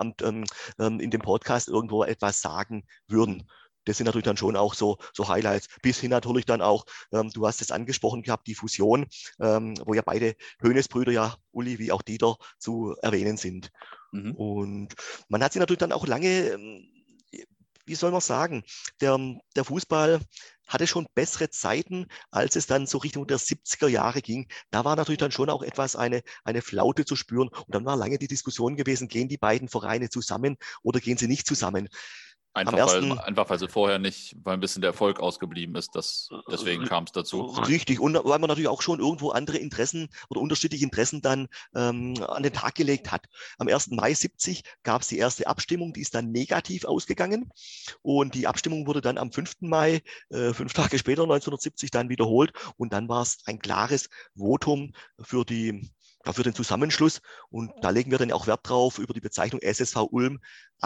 in dem Podcast irgendwo etwas sagen Mhm. würden. Das sind natürlich dann schon auch so Highlights. Bis hin natürlich dann auch, du hast es angesprochen gehabt, die Fusion, wo ja beide Hoeneß-Brüder, ja, Uli wie auch Dieter, zu erwähnen sind. Mhm. Und man hat sich natürlich dann auch lange, wie soll man sagen, der Fußball hatte schon bessere Zeiten, als es dann so Richtung der 70er Jahre ging. Da war natürlich dann schon auch etwas eine Flaute zu spüren. Und dann war lange die Diskussion gewesen, gehen die beiden Vereine zusammen oder gehen sie nicht zusammen? Am ersten Einfach weil sie vorher nicht, weil ein bisschen der Erfolg ausgeblieben ist, deswegen kam es dazu. Richtig, und weil man natürlich auch schon irgendwo andere Interessen oder unterschiedliche Interessen dann an den Tag gelegt hat. Am 1. Mai 70 gab es die erste Abstimmung, die ist dann negativ ausgegangen. Und die Abstimmung wurde dann am 5. Mai, 5 Tage später, 1970, dann wiederholt. Und dann war es ein klares Votum für für den Zusammenschluss. Und da legen wir dann auch Wert drauf über die Bezeichnung SSV Ulm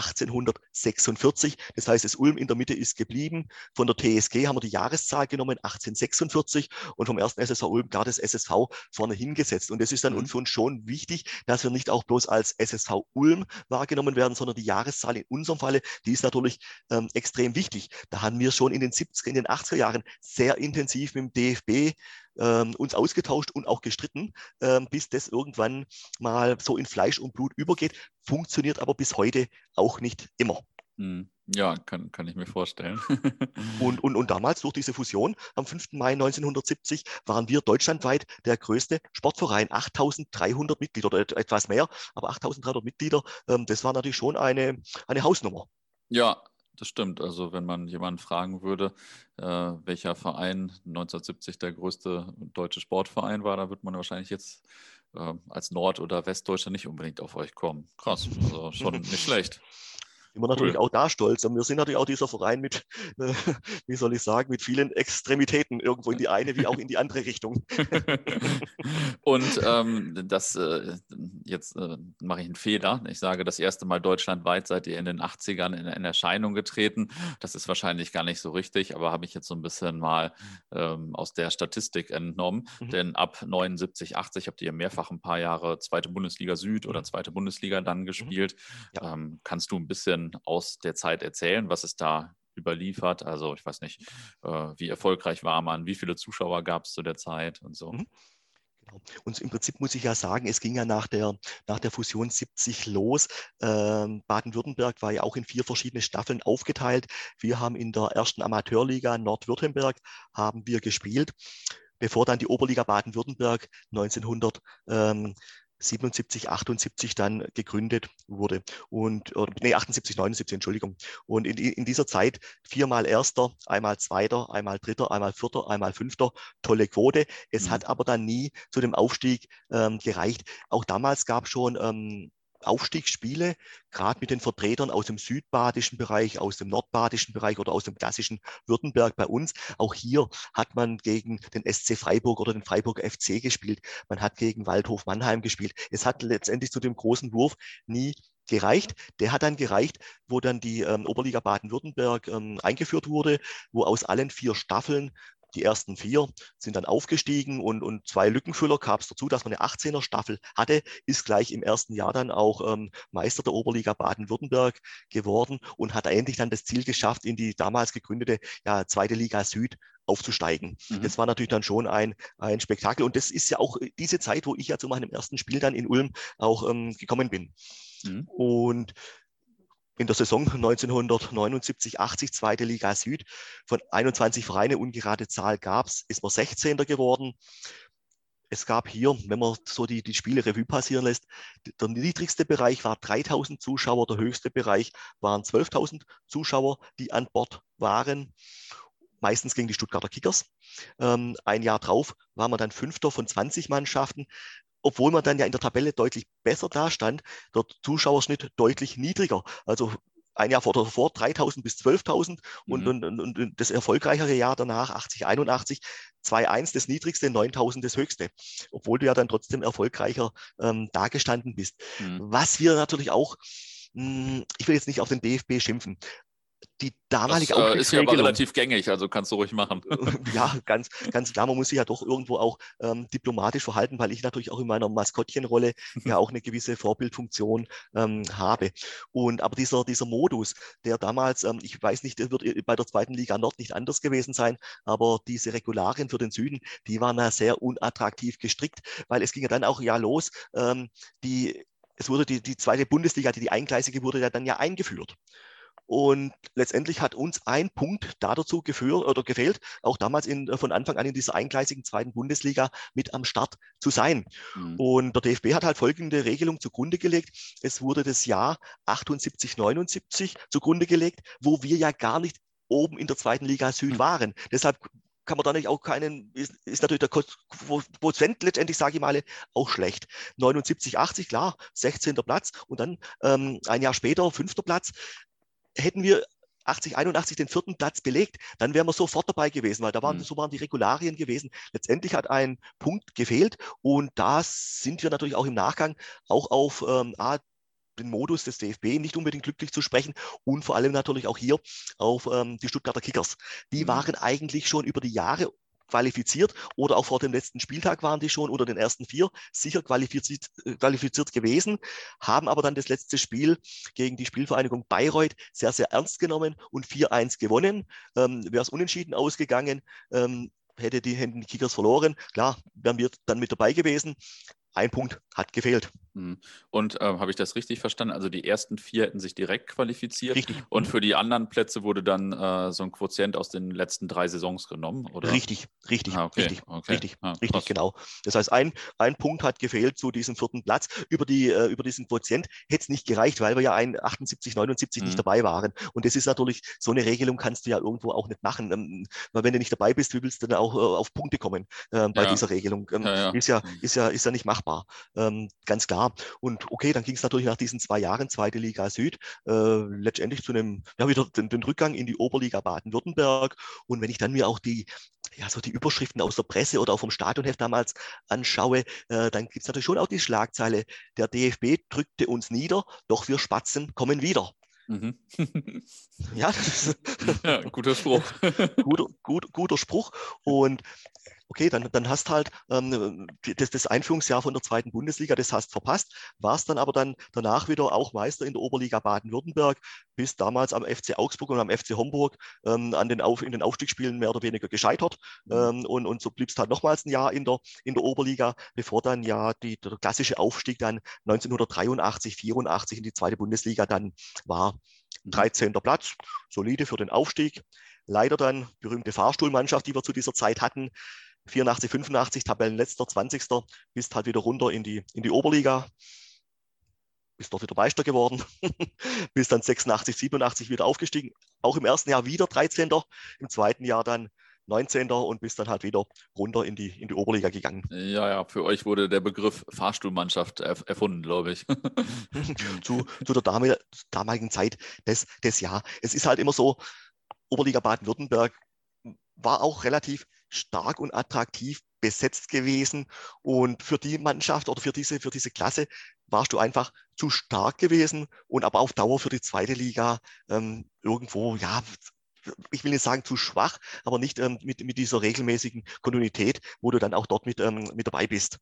1846. Das heißt, das Ulm in der Mitte ist geblieben. Von der TSG haben wir die Jahreszahl genommen, 1846. Und vom ersten SSV Ulm klar das SSV vorne hingesetzt. Und das ist dann für uns schon wichtig, dass wir nicht auch bloß als SSV Ulm wahrgenommen werden, sondern die Jahreszahl in unserem Falle, die ist natürlich extrem wichtig. Da haben wir schon in den 70er, in den 80er Jahren sehr intensiv mit dem DFB uns ausgetauscht und auch gestritten, bis das irgendwann mal so in Fleisch und Blut übergeht. Funktioniert aber bis heute auch nicht immer. Ja, kann ich mir vorstellen. Und damals durch diese Fusion am 5. Mai 1970 waren wir deutschlandweit der größte Sportverein. 8.300 Mitglieder oder etwas mehr, aber 8.300 Mitglieder, das war natürlich schon eine Hausnummer. Ja, das stimmt. Also wenn man jemanden fragen würde, welcher Verein 1970 der größte deutsche Sportverein war, da wird man wahrscheinlich jetzt als Nord- oder Westdeutscher nicht unbedingt auf euch kommen. Krass, also schon nicht schlecht. Sind wir natürlich auch da stolz. Und wir sind natürlich auch dieser Verein mit, wie soll ich sagen, mit vielen Extremitäten irgendwo in die eine wie auch in die andere Richtung. Und jetzt mache ich einen Fehler. Ich sage, das erste Mal deutschlandweit seid ihr in den 80ern in Erscheinung getreten. Das ist wahrscheinlich gar nicht so richtig, aber habe ich jetzt so ein bisschen mal aus der Statistik entnommen. Denn ab 79, 80 habt ihr mehrfach ein paar Jahre zweite Bundesliga Süd oder zweite Bundesliga dann gespielt. Ja. Kannst du ein bisschen aus der Zeit erzählen, was es da überliefert? Also ich weiß nicht, wie erfolgreich war man, wie viele Zuschauer gab es zu der Zeit und so. Genau. Und im Prinzip muss ich ja sagen, es ging ja nach der Fusion 70 los. Baden-Württemberg war ja auch in 4 verschiedene Staffeln aufgeteilt. Wir haben in der ersten Amateurliga Nordwürttemberg haben wir gespielt, bevor dann die Oberliga Baden-Württemberg 1977, 78 dann gegründet wurde. 78, 79, Entschuldigung. Und in dieser Zeit 4-mal Erster, einmal Zweiter, einmal Dritter, einmal Vierter, einmal Fünfter. Tolle Quote. Es hat aber dann nie zu dem Aufstieg gereicht. Auch damals gab es schon Aufstiegsspiele, gerade mit den Vertretern aus dem südbadischen Bereich, aus dem nordbadischen Bereich oder aus dem klassischen Württemberg bei uns. Auch hier hat man gegen den SC Freiburg oder den Freiburger FC gespielt. Man hat gegen Waldhof Mannheim gespielt. Es hat letztendlich zu dem großen Wurf nie gereicht. Der hat dann gereicht, wo dann die Oberliga Baden-Württemberg eingeführt wurde, wo aus allen 4 Staffeln die ersten 4 sind dann aufgestiegen und 2 Lückenfüller gab es dazu, dass man eine 18er Staffel hatte, ist gleich im ersten Jahr dann auch Meister der Oberliga Baden-Württemberg geworden und hat endlich dann das Ziel geschafft, in die damals gegründete zweite Liga Süd aufzusteigen. Das war natürlich dann schon ein Spektakel und das ist ja auch diese Zeit, wo ich ja zu meinem ersten Spiel dann in Ulm auch gekommen bin. Und in der Saison 1979, 80, zweite Liga Süd, von 21 Vereine, ungerade Zahl gab es, ist man 16. geworden. Es gab hier, wenn man so die Spiele Revue passieren lässt, der niedrigste Bereich war 3.000 Zuschauer, der höchste Bereich waren 12.000 Zuschauer, die an Bord waren. Meistens gegen die Stuttgarter Kickers. Ein Jahr drauf war man dann 5. von 20 Mannschaften. Obwohl man dann ja in der Tabelle deutlich besser dastand, der Zuschauerschnitt deutlich niedriger. Also ein Jahr davor 3.000 bis 12.000 und das erfolgreichere Jahr danach, 80, 81, 2,1 das niedrigste, 9.000 das höchste. Obwohl du ja dann trotzdem erfolgreicher dagestanden bist. Was wir natürlich auch, ich will jetzt nicht auf den DFB schimpfen, die damalige Aufstiegsregelung ist ja aber relativ gängig, also kannst du ruhig machen. Ja, ganz klar, man muss sich ja doch irgendwo auch diplomatisch verhalten, weil ich natürlich auch in meiner Maskottchenrolle ja auch eine gewisse Vorbildfunktion habe. Aber dieser Modus, der damals, ich weiß nicht, der wird bei der zweiten Liga Nord nicht anders gewesen sein, aber diese Regularien für den Süden, die waren ja sehr unattraktiv gestrickt, weil es ging ja dann auch los, es wurde die zweite Bundesliga, die eingleisige, wurde ja dann eingeführt. Und letztendlich hat uns ein Punkt dazu gefehlt, auch damals von Anfang an in dieser eingleisigen zweiten Bundesliga mit am Start zu sein. Und der DFB hat halt folgende Regelung zugrunde gelegt. Es wurde das Jahr 78, 79 zugrunde gelegt, wo wir ja gar nicht oben in der zweiten Liga Süd waren. Deshalb kann man da nicht auch ist natürlich der Quotient letztendlich, sage ich mal, auch schlecht. 79, 80, klar, 16. Platz und dann ein Jahr später 5. Platz. Hätten wir 80, 81 den 4. Platz belegt, dann wären wir sofort dabei gewesen, weil so waren die Regularien gewesen. Letztendlich hat ein Punkt gefehlt und da sind wir natürlich auch im Nachgang auch auf den Modus des DFB nicht unbedingt glücklich zu sprechen und vor allem natürlich auch hier auf die Stuttgarter Kickers. Die waren eigentlich schon über die Jahre qualifiziert oder auch vor dem letzten Spieltag waren die schon oder den ersten 4 sicher qualifiziert gewesen, haben aber dann das letzte Spiel gegen die Spielvereinigung Bayreuth sehr, sehr ernst genommen und 4-1 gewonnen. Wäre es unentschieden ausgegangen, hätten die Kickers verloren. Klar, wären wir dann mit dabei gewesen. Ein Punkt hat gefehlt. Und habe ich das richtig verstanden? Also die ersten 4 hätten sich direkt qualifiziert. Richtig. Und für die anderen Plätze wurde dann so ein Quotient aus den letzten 3 Saisons genommen, oder? Richtig, Okay. Genau. Das heißt, ein Punkt hat gefehlt zu diesem 4. Platz. Über diesen Quotient hätte es nicht gereicht, weil wir ja 78, 79 nicht dabei waren. Und das ist natürlich, so eine Regelung kannst du ja irgendwo auch nicht machen. Weil wenn du nicht dabei bist, wie willst du dann auch auf Punkte kommen bei dieser Regelung? Ist ja nicht machbar. Ganz klar. Und okay, dann ging es natürlich nach diesen 2 Jahren zweite Liga Süd letztendlich zu wieder den Rückgang in die Oberliga Baden-Württemberg. Und wenn ich dann mir auch die Überschriften aus der Presse oder auch vom Stadionheft damals anschaue, dann gibt es natürlich schon auch die Schlagzeile, der DFB drückte uns nieder, doch wir Spatzen kommen wieder. Ja, guter Spruch. guter Spruch. Und okay, dann hast halt das Einführungsjahr von der zweiten Bundesliga, das hast verpasst, warst dann aber dann danach wieder auch Meister in der Oberliga Baden-Württemberg, bis damals am FC Augsburg und am FC Homburg in den Aufstiegsspielen mehr oder weniger gescheitert und so bliebst halt nochmals ein Jahr in der Oberliga, bevor dann ja der klassische Aufstieg dann 1983, 84 in die zweite Bundesliga dann war. 13. Platz, solide für den Aufstieg. Leider dann berühmte Fahrstuhlmannschaft, die wir zu dieser Zeit hatten. 84, 85, Tabellenletzter, 20. Bist halt wieder runter in die Oberliga. Bist dort wieder Meister geworden. Bist dann 86, 87 wieder aufgestiegen. Auch im ersten Jahr wieder 13. Im zweiten Jahr dann 19. und bist dann halt wieder runter in die Oberliga gegangen. Ja, für euch wurde der Begriff Fahrstuhlmannschaft erfunden, glaube ich. zu der damaligen Zeit des Jahr. Es ist halt immer so, Oberliga Baden-Württemberg war auch relativ stark und attraktiv besetzt gewesen und für die Mannschaft oder für diese Klasse warst du einfach zu stark gewesen und aber auf Dauer für die zweite Liga irgendwo, ja, ich will nicht sagen zu schwach, aber nicht mit dieser regelmäßigen Kontinuität, wo du dann auch dort mit dabei bist.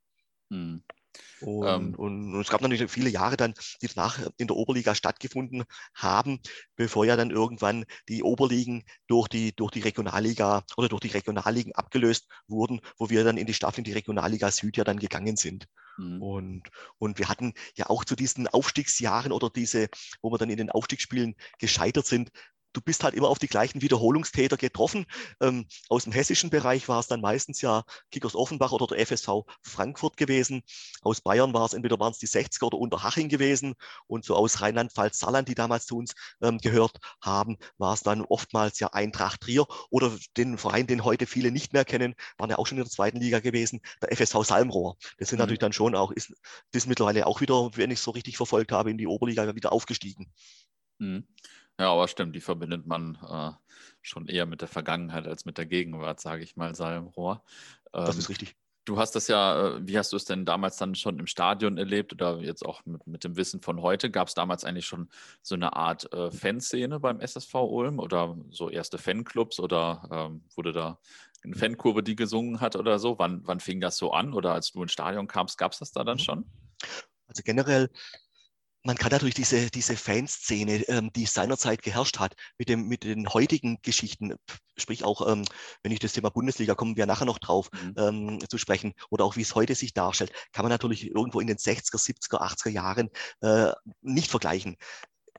Und es gab natürlich viele Jahre dann, die danach in der Oberliga stattgefunden haben, bevor ja dann irgendwann die Oberligen durch die Regionalliga oder durch die Regionalligen abgelöst wurden, wo wir dann in die Regionalliga Süd ja dann gegangen sind. Und wir hatten ja auch zu diesen Aufstiegsjahren oder wo wir dann in den Aufstiegsspielen gescheitert sind, du bist halt immer auf die gleichen Wiederholungstäter getroffen. Aus dem hessischen Bereich war es dann meistens ja Kickers Offenbach oder der FSV Frankfurt gewesen. Aus Bayern waren es die 60er oder Unterhaching gewesen. Und so aus Rheinland-Pfalz-Saarland, die damals zu uns gehört haben, war es dann oftmals ja Eintracht Trier oder den Verein, den heute viele nicht mehr kennen, waren ja auch schon in der zweiten Liga gewesen, der FSV Salmrohr. Das sind natürlich dann schon auch, ist mittlerweile auch wieder, wenn ich es so richtig verfolgt habe, in die Oberliga wieder aufgestiegen. Ja, aber stimmt, die verbindet man schon eher mit der Vergangenheit als mit der Gegenwart, sage ich mal, Salmrohr. Das ist richtig. Du hast das ja, wie hast du es denn damals dann schon im Stadion erlebt oder jetzt auch mit dem Wissen von heute? Gab es damals eigentlich schon so eine Art Fanszene beim SSV Ulm oder so erste Fanclubs oder wurde da eine Fankurve, die gesungen hat oder so? Wann fing das so an oder als du ins Stadion kamst, gab es das da dann schon? Also generell, man kann natürlich diese Fanszene, die seinerzeit geherrscht hat, mit den heutigen Geschichten, sprich auch, wenn ich das Thema Bundesliga, kommen wir nachher noch drauf zu sprechen, oder auch wie es heute sich darstellt, kann man natürlich irgendwo in den 60er, 70er, 80er Jahren nicht vergleichen.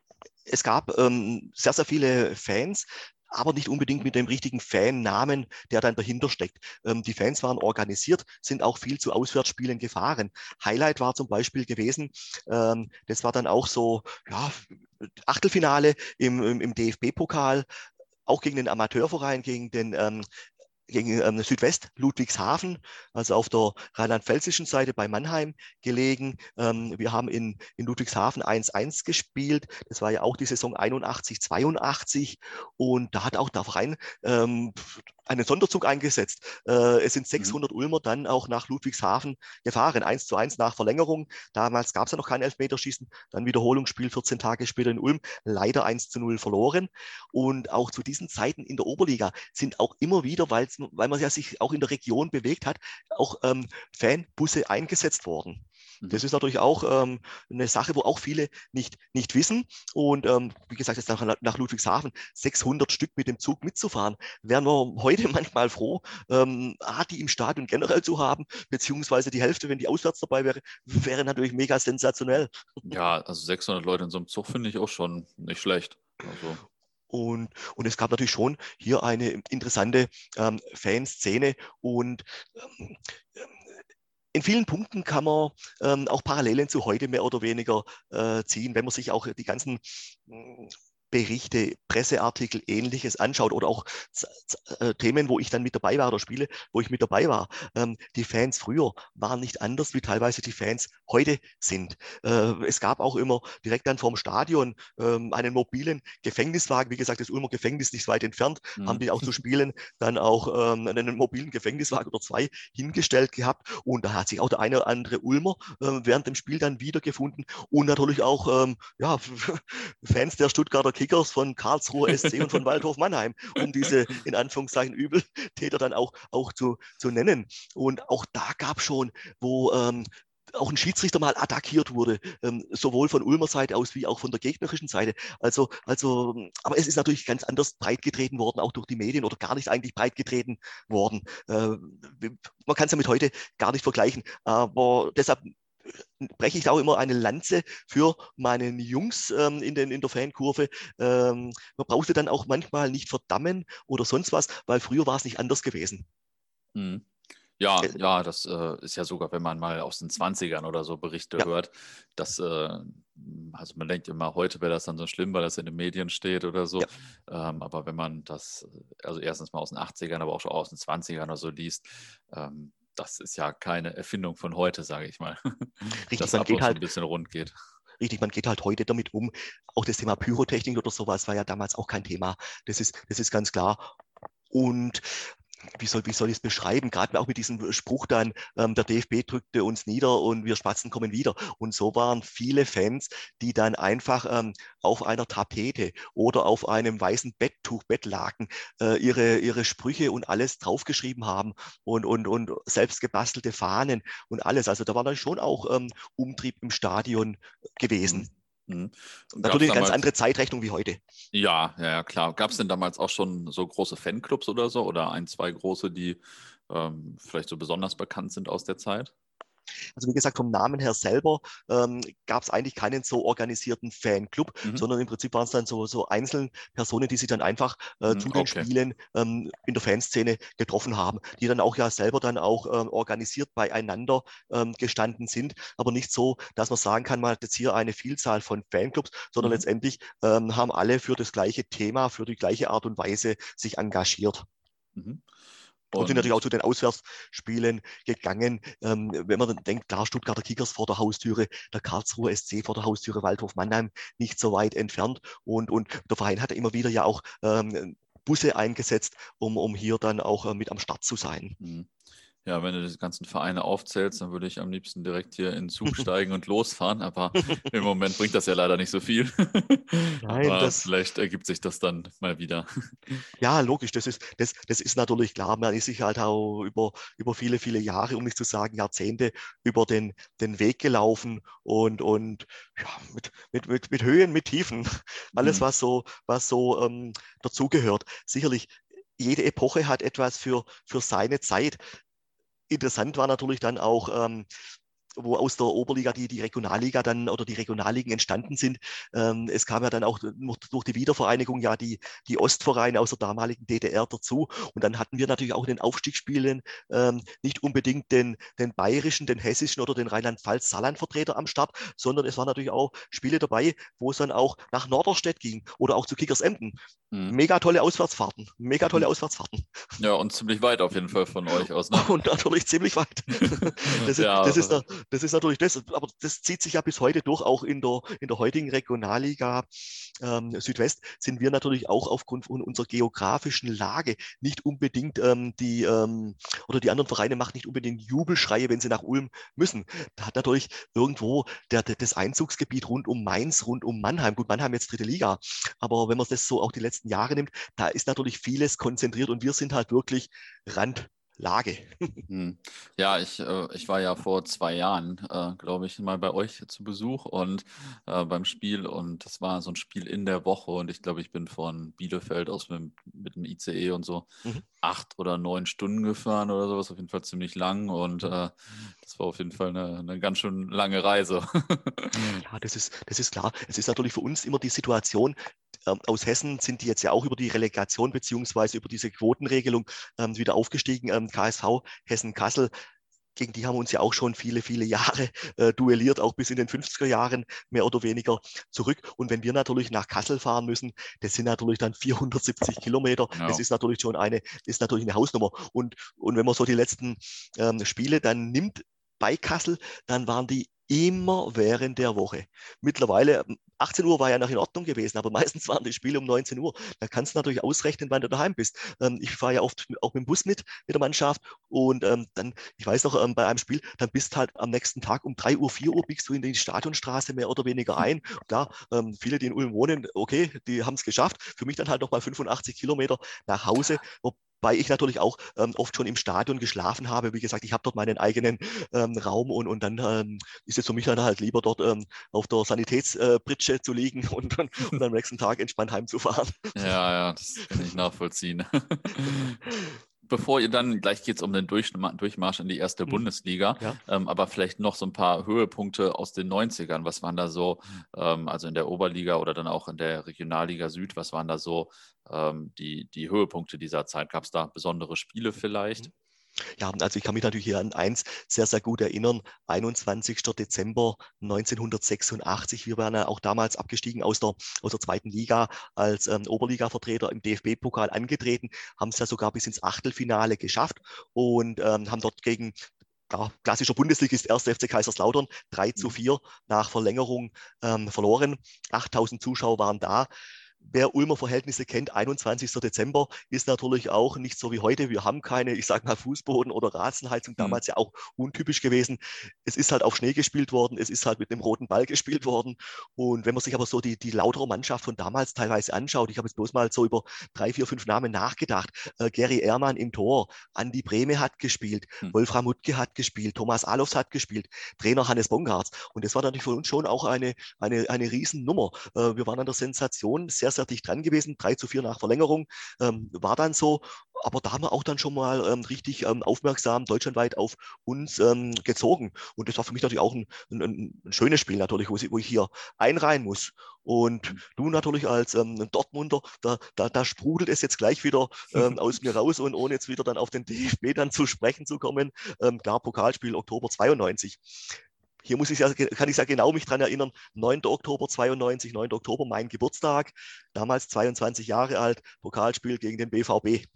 es gab sehr, sehr viele Fans, aber nicht unbedingt mit dem richtigen Fannamen, der dann dahinter steckt. Die Fans waren organisiert, sind auch viel zu Auswärtsspielen gefahren. Highlight war zum Beispiel gewesen, das war dann auch so, ja, Achtelfinale im DFB-Pokal, auch gegen den Amateurverein, gegen Südwest Ludwigshafen, also auf der rheinland-pfälzischen Seite bei Mannheim gelegen. Wir haben in Ludwigshafen 1-1 gespielt. Das war ja auch die Saison 81, 82. Und da hat auch der Verein einen Sonderzug eingesetzt. Es sind 600 Ulmer dann auch nach Ludwigshafen gefahren, 1:1 nach Verlängerung. Damals gab es ja noch kein Elfmeterschießen. Dann Wiederholungsspiel 14 Tage später in Ulm, leider 1:0 verloren. Und auch zu diesen Zeiten in der Oberliga sind auch immer wieder, weil man ja sich auch in der Region bewegt hat, auch Fanbusse eingesetzt worden. Das ist natürlich auch eine Sache, wo auch viele nicht wissen. Und wie gesagt, jetzt nach Ludwigshafen 600 Stück mit dem Zug mitzufahren, wären wir heute manchmal froh, die im Stadion generell zu haben, beziehungsweise die Hälfte, wenn die auswärts dabei wäre natürlich mega sensationell. Ja, also 600 Leute in so einem Zug finde ich auch schon nicht schlecht. Also. Und es gab natürlich schon hier eine interessante Fanszene und in vielen Punkten kann man auch Parallelen zu heute mehr oder weniger ziehen, wenn man sich auch die ganzen Berichte, Presseartikel, Ähnliches anschaut oder auch Themen, wo ich dann mit dabei war oder Spiele, wo ich mit dabei war. Die Fans früher waren nicht anders, wie teilweise die Fans heute sind. Es gab auch immer direkt dann vorm Stadion einen mobilen Gefängniswagen. Wie gesagt, das Ulmer Gefängnis nicht weit entfernt, haben die auch zu Spielen dann auch einen mobilen Gefängniswagen oder zwei hingestellt gehabt. Und da hat sich auch der eine oder andere Ulmer während dem Spiel dann wiedergefunden. Und natürlich auch Fans der Stuttgarter Kickers, von Karlsruhe SC und von Waldhof Mannheim, um diese in Anführungszeichen Übeltäter dann auch zu nennen. Und auch da gab es schon, wo auch ein Schiedsrichter mal attackiert wurde, sowohl von Ulmer Seite aus wie auch von der gegnerischen Seite. Aber es ist natürlich ganz anders breitgetreten worden, auch durch die Medien oder gar nicht eigentlich breitgetreten worden. Man kann es ja mit heute gar nicht vergleichen, aber deshalb breche ich da auch immer eine Lanze für meine Jungs in der Fankurve. Man brauchte dann auch manchmal nicht verdammen oder sonst was, weil früher war es nicht anders gewesen. Ja, das ist ja sogar, wenn man mal aus den 20ern oder so Berichte hört, dass, also man denkt immer, heute wäre das dann so schlimm, weil das in den Medien steht oder so. Ja. Aber wenn man das, also erstens mal aus den 80ern, aber auch schon aus den 20ern oder so liest, das ist ja keine Erfindung von heute, sage ich mal. Richtig, dass ab und zu ein bisschen rund geht. Richtig, man geht halt heute damit um. Auch das Thema Pyrotechnik oder sowas war ja damals auch kein Thema. Das ist ganz klar. Und wie soll ich es beschreiben? Gerade auch mit diesem Spruch dann, der DFB drückte uns nieder und wir Spatzen kommen wieder. Und so waren viele Fans, die dann einfach auf einer Tapete oder auf einem weißen Bettlaken ihre Sprüche und alles draufgeschrieben haben und selbst gebastelte Fahnen und alles. Also da war dann schon auch Umtrieb im Stadion gewesen. Natürlich eine ganz andere Zeitrechnung wie heute. Ja, klar. Gab es denn damals auch schon so große Fanclubs oder so oder ein, zwei große, die vielleicht so besonders bekannt sind aus der Zeit? Also wie gesagt, vom Namen her selber gab es eigentlich keinen so organisierten Fanclub, sondern im Prinzip waren es dann so einzelne Personen, die sich dann einfach zu den Spielen in der Fanszene getroffen haben, die dann auch ja selber dann auch organisiert beieinander gestanden sind, aber nicht so, dass man sagen kann, man hat jetzt hier eine Vielzahl von Fanclubs, sondern letztendlich haben alle für das gleiche Thema, für die gleiche Art und Weise sich engagiert. Und sind natürlich auch zu den Auswärtsspielen gegangen. Wenn man dann denkt, klar, Stuttgarter Kickers vor der Haustüre, der Karlsruhe SC vor der Haustüre, Waldhof Mannheim nicht so weit entfernt. Und der Verein hatte immer wieder ja auch Busse eingesetzt, um hier dann auch mit am Start zu sein. Ja, wenn du die ganzen Vereine aufzählst, dann würde ich am liebsten direkt hier in den Zug steigen und losfahren, aber im Moment bringt das ja leider nicht so viel. Nein, aber vielleicht ergibt sich das dann mal wieder. Ja, logisch, das ist natürlich klar. Man ist sich halt auch über viele, viele Jahre, um nicht zu sagen Jahrzehnte, über den Weg gelaufen und ja, mit Höhen, mit Tiefen. Alles, was so dazugehört. Sicherlich, jede Epoche hat etwas für seine Zeit. Interessant war natürlich dann auch wo aus der Oberliga die Regionalliga dann oder die Regionalligen entstanden sind. Es kam ja dann auch durch die Wiedervereinigung ja die Ostvereine aus der damaligen DDR dazu. Und dann hatten wir natürlich auch in den Aufstiegsspielen nicht unbedingt den bayerischen, den hessischen oder den Rheinland-Pfalz-Saarland-Vertreter am Start, sondern es waren natürlich auch Spiele dabei, wo es dann auch nach Norderstedt ging oder auch zu Kickers Emden. Mega tolle Auswärtsfahrten, mega tolle Auswärtsfahrten. Ja, und ziemlich weit auf jeden Fall von euch aus. Ne? Und natürlich ziemlich weit. Das ist natürlich das, aber das zieht sich ja bis heute durch, auch in der heutigen Regionalliga Südwest sind wir natürlich auch aufgrund von unserer geografischen Lage nicht unbedingt oder die anderen Vereine machen nicht unbedingt Jubelschreie, wenn sie nach Ulm müssen. Da hat natürlich irgendwo das Einzugsgebiet rund um Mainz, rund um Mannheim, gut, Mannheim jetzt dritte Liga, aber wenn man das so auch die letzten Jahre nimmt, da ist natürlich vieles konzentriert und wir sind halt wirklich Randlage. Ja, ich war ja vor 2 Jahren, glaube ich, mal bei euch zu Besuch und beim Spiel und das war so ein Spiel in der Woche und ich glaube, ich bin von Bielefeld aus mit dem ICE und so 8 oder 9 Stunden gefahren oder sowas, auf jeden Fall ziemlich lang und das war auf jeden Fall eine ganz schön lange Reise. Ja, das ist klar. Es ist natürlich für uns immer die Situation, aus Hessen sind die jetzt ja auch über die Relegation beziehungsweise über diese Quotenregelung wieder aufgestiegen. KSV Hessen-Kassel, gegen die haben wir uns ja auch schon viele, viele Jahre duelliert, auch bis in den 50er Jahren mehr oder weniger zurück. Und wenn wir natürlich nach Kassel fahren müssen, das sind natürlich dann 470 Kilometer. Ja. Das ist natürlich eine Hausnummer. Und wenn man so die letzten Spiele dann nimmt bei Kassel, dann waren die immer während der Woche. Mittlerweile, 18 Uhr war ja noch in Ordnung gewesen, aber meistens waren die Spiele um 19 Uhr. Da kannst du natürlich ausrechnen, wann du daheim bist. Ich fahre ja oft auch mit dem Bus mit der Mannschaft und dann, ich weiß noch, bei einem Spiel, dann bist halt am nächsten Tag um 3 Uhr, 4 Uhr biegst du in die Stadionstraße mehr oder weniger ein. Klar, viele, die in Ulm wohnen, okay, die haben es geschafft. Für mich dann halt nochmal 85 Kilometer nach Hause, wobei ich natürlich auch oft schon im Stadion geschlafen habe. Wie gesagt, ich habe dort meinen eigenen Raum und dann ist es für mich dann halt lieber dort auf der Sanitätspritsche zu liegen und am nächsten Tag entspannt heimzufahren. Ja, das kann ich nachvollziehen. Bevor ihr dann, gleich geht es um den Durchmarsch in die erste Bundesliga, Ja. Aber vielleicht noch so ein paar Höhepunkte aus den 90ern. Was waren da so, also in der Oberliga oder dann auch in der Regionalliga Süd, was waren da so die Höhepunkte dieser Zeit? Gab es da besondere Spiele vielleicht? Ja, also ich kann mich natürlich hier an eins sehr, sehr gut erinnern. 21. Dezember 1986. Wir waren ja auch damals abgestiegen aus der zweiten Liga als Oberliga-Vertreter im DFB-Pokal angetreten, haben es ja sogar bis ins Achtelfinale geschafft und haben dort gegen klassischer Bundesligist 1. FC Kaiserslautern 3-4 nach Verlängerung verloren. 8.000 Zuschauer waren da. Wer Ulmer Verhältnisse kennt, 21. Dezember ist natürlich auch nicht so wie heute. Wir haben keine, ich sage mal, Fußboden- oder Rasenheizung, damals ja auch untypisch gewesen. Es ist halt auf Schnee gespielt worden, es ist halt mit einem roten Ball gespielt worden. Und wenn man sich aber so die Lauterer Mannschaft von damals teilweise anschaut, ich habe jetzt bloß mal so über 3, 4, 5 Namen nachgedacht. Gary Ehrmann im Tor, Andi Brehme hat gespielt, Wolfram Wuttke hat gespielt, Thomas Alofs hat gespielt, Trainer Hannes Bongartz. Und das war natürlich für uns schon auch eine Riesennummer. Wir waren an der Sensation sehr, sehr dicht dran gewesen, 3-4 nach Verlängerung, war dann so, aber da haben wir auch dann schon mal richtig aufmerksam deutschlandweit auf uns gezogen und das war für mich natürlich auch ein schönes Spiel natürlich, wo ich hier einreihen muss und du natürlich als Dortmunder, da sprudelt es jetzt gleich wieder aus mir raus und ohne jetzt wieder dann auf den DFB dann zu sprechen zu kommen, klar, Pokalspiel Oktober 92. Hier kann ich ja genau mich dran erinnern, 9. Oktober 92, 9. Oktober, mein Geburtstag, damals 22 Jahre alt, Pokalspiel gegen den BVB.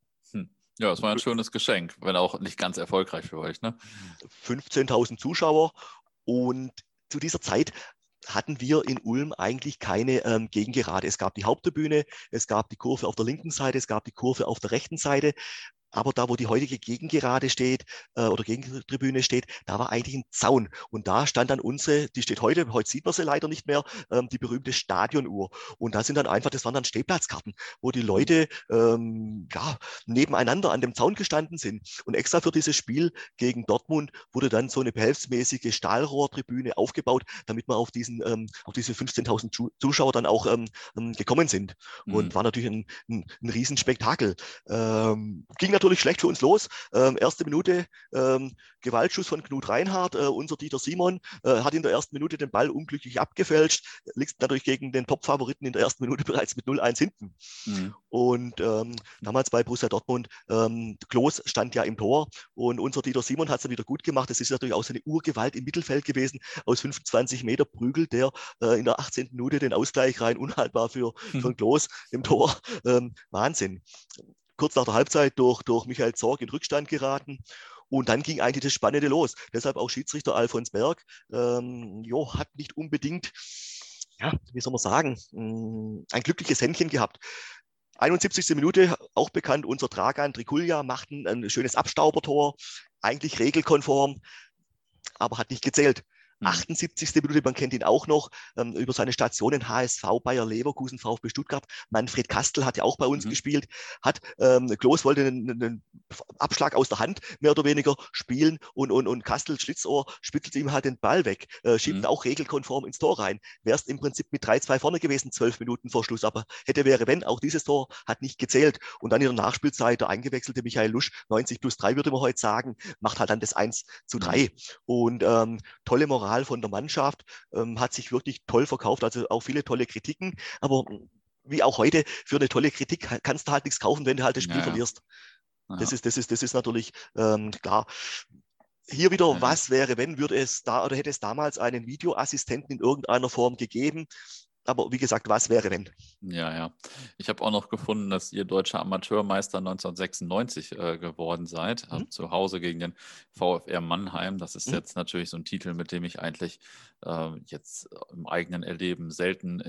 Ja, es war ein schönes Geschenk, wenn auch nicht ganz erfolgreich für euch, ne? 15.000 Zuschauer und zu dieser Zeit hatten wir in Ulm eigentlich keine Gegengerade. Es gab die Haupttribüne, es gab die Kurve auf der linken Seite, es gab die Kurve auf der rechten Seite. Aber da, wo die heutige Gegengerade steht oder Gegentribüne steht, da war eigentlich ein Zaun. Und da stand dann die steht heute sieht man sie leider nicht mehr, die berühmte Stadionuhr. Und da sind dann einfach, das waren dann Stehplatzkarten, wo die Leute nebeneinander an dem Zaun gestanden sind. Und extra für dieses Spiel gegen Dortmund wurde dann so eine behelfsmäßige Stahlrohrtribüne aufgebaut, damit man auf diese 15.000 Zuschauer dann auch gekommen sind. Und war natürlich ein Riesenspektakel. Ging natürlich schlecht für uns los. Erste Minute, Gewaltschuss von Knut Reinhardt. Unser Dieter Simon hat in der ersten Minute den Ball unglücklich abgefälscht, liegt natürlich gegen den Top-Favoriten in der ersten Minute bereits mit 0-1 hinten. Und damals bei Borussia Dortmund, Klose stand ja im Tor und unser Dieter Simon hat es dann wieder gut gemacht. Das ist natürlich auch so eine Urgewalt im Mittelfeld gewesen. Aus 25 Meter prügelt der in der 18. Minute den Ausgleich rein, unhaltbar für einen Klose im Tor. Wahnsinn. Kurz nach der Halbzeit durch Michael Zorc in Rückstand geraten. Und dann ging eigentlich das Spannende los. Deshalb auch Schiedsrichter Alfons Berg hat nicht unbedingt, wie soll man sagen, ein glückliches Händchen gehabt. 71. Minute, auch bekannt, unser Dragan Trikulja macht ein schönes Abstaubertor, eigentlich regelkonform, aber hat nicht gezählt. 78. Minute, man kennt ihn auch noch, über seine Stationen HSV, Bayer Leverkusen, VfB Stuttgart. Manfred Kastel hat ja auch bei uns gespielt. Klose wollte einen Abschlag aus der Hand, mehr oder weniger, spielen und Kastel, Schlitzohr, spitzelt ihm halt den Ball weg, schiebt ihn auch regelkonform ins Tor rein. Wäre es im Prinzip mit 3-2 vorne gewesen, 12 Minuten vor Schluss, aber wenn, auch dieses Tor hat nicht gezählt. Und dann in der Nachspielzeit der eingewechselte Michael Lusch, 90+3 würde man heute sagen, macht halt dann das 1-3. Und tolle Moral von der Mannschaft, hat sich wirklich toll verkauft, also auch viele tolle Kritiken, aber wie auch heute, für eine tolle Kritik kannst du halt nichts kaufen, wenn du halt das Spiel verlierst. Ja. Das ist natürlich klar. Hier wieder, was wäre, wenn, würde es da oder hätte es damals einen Videoassistenten in irgendeiner Form gegeben? Aber wie gesagt, was wäre, wenn? Ja. Ich habe auch noch gefunden, dass ihr deutscher Amateurmeister 1996 geworden seid, zu Hause gegen den VfR Mannheim. Das ist jetzt natürlich so ein Titel, mit dem ich eigentlich jetzt im eigenen Erleben selten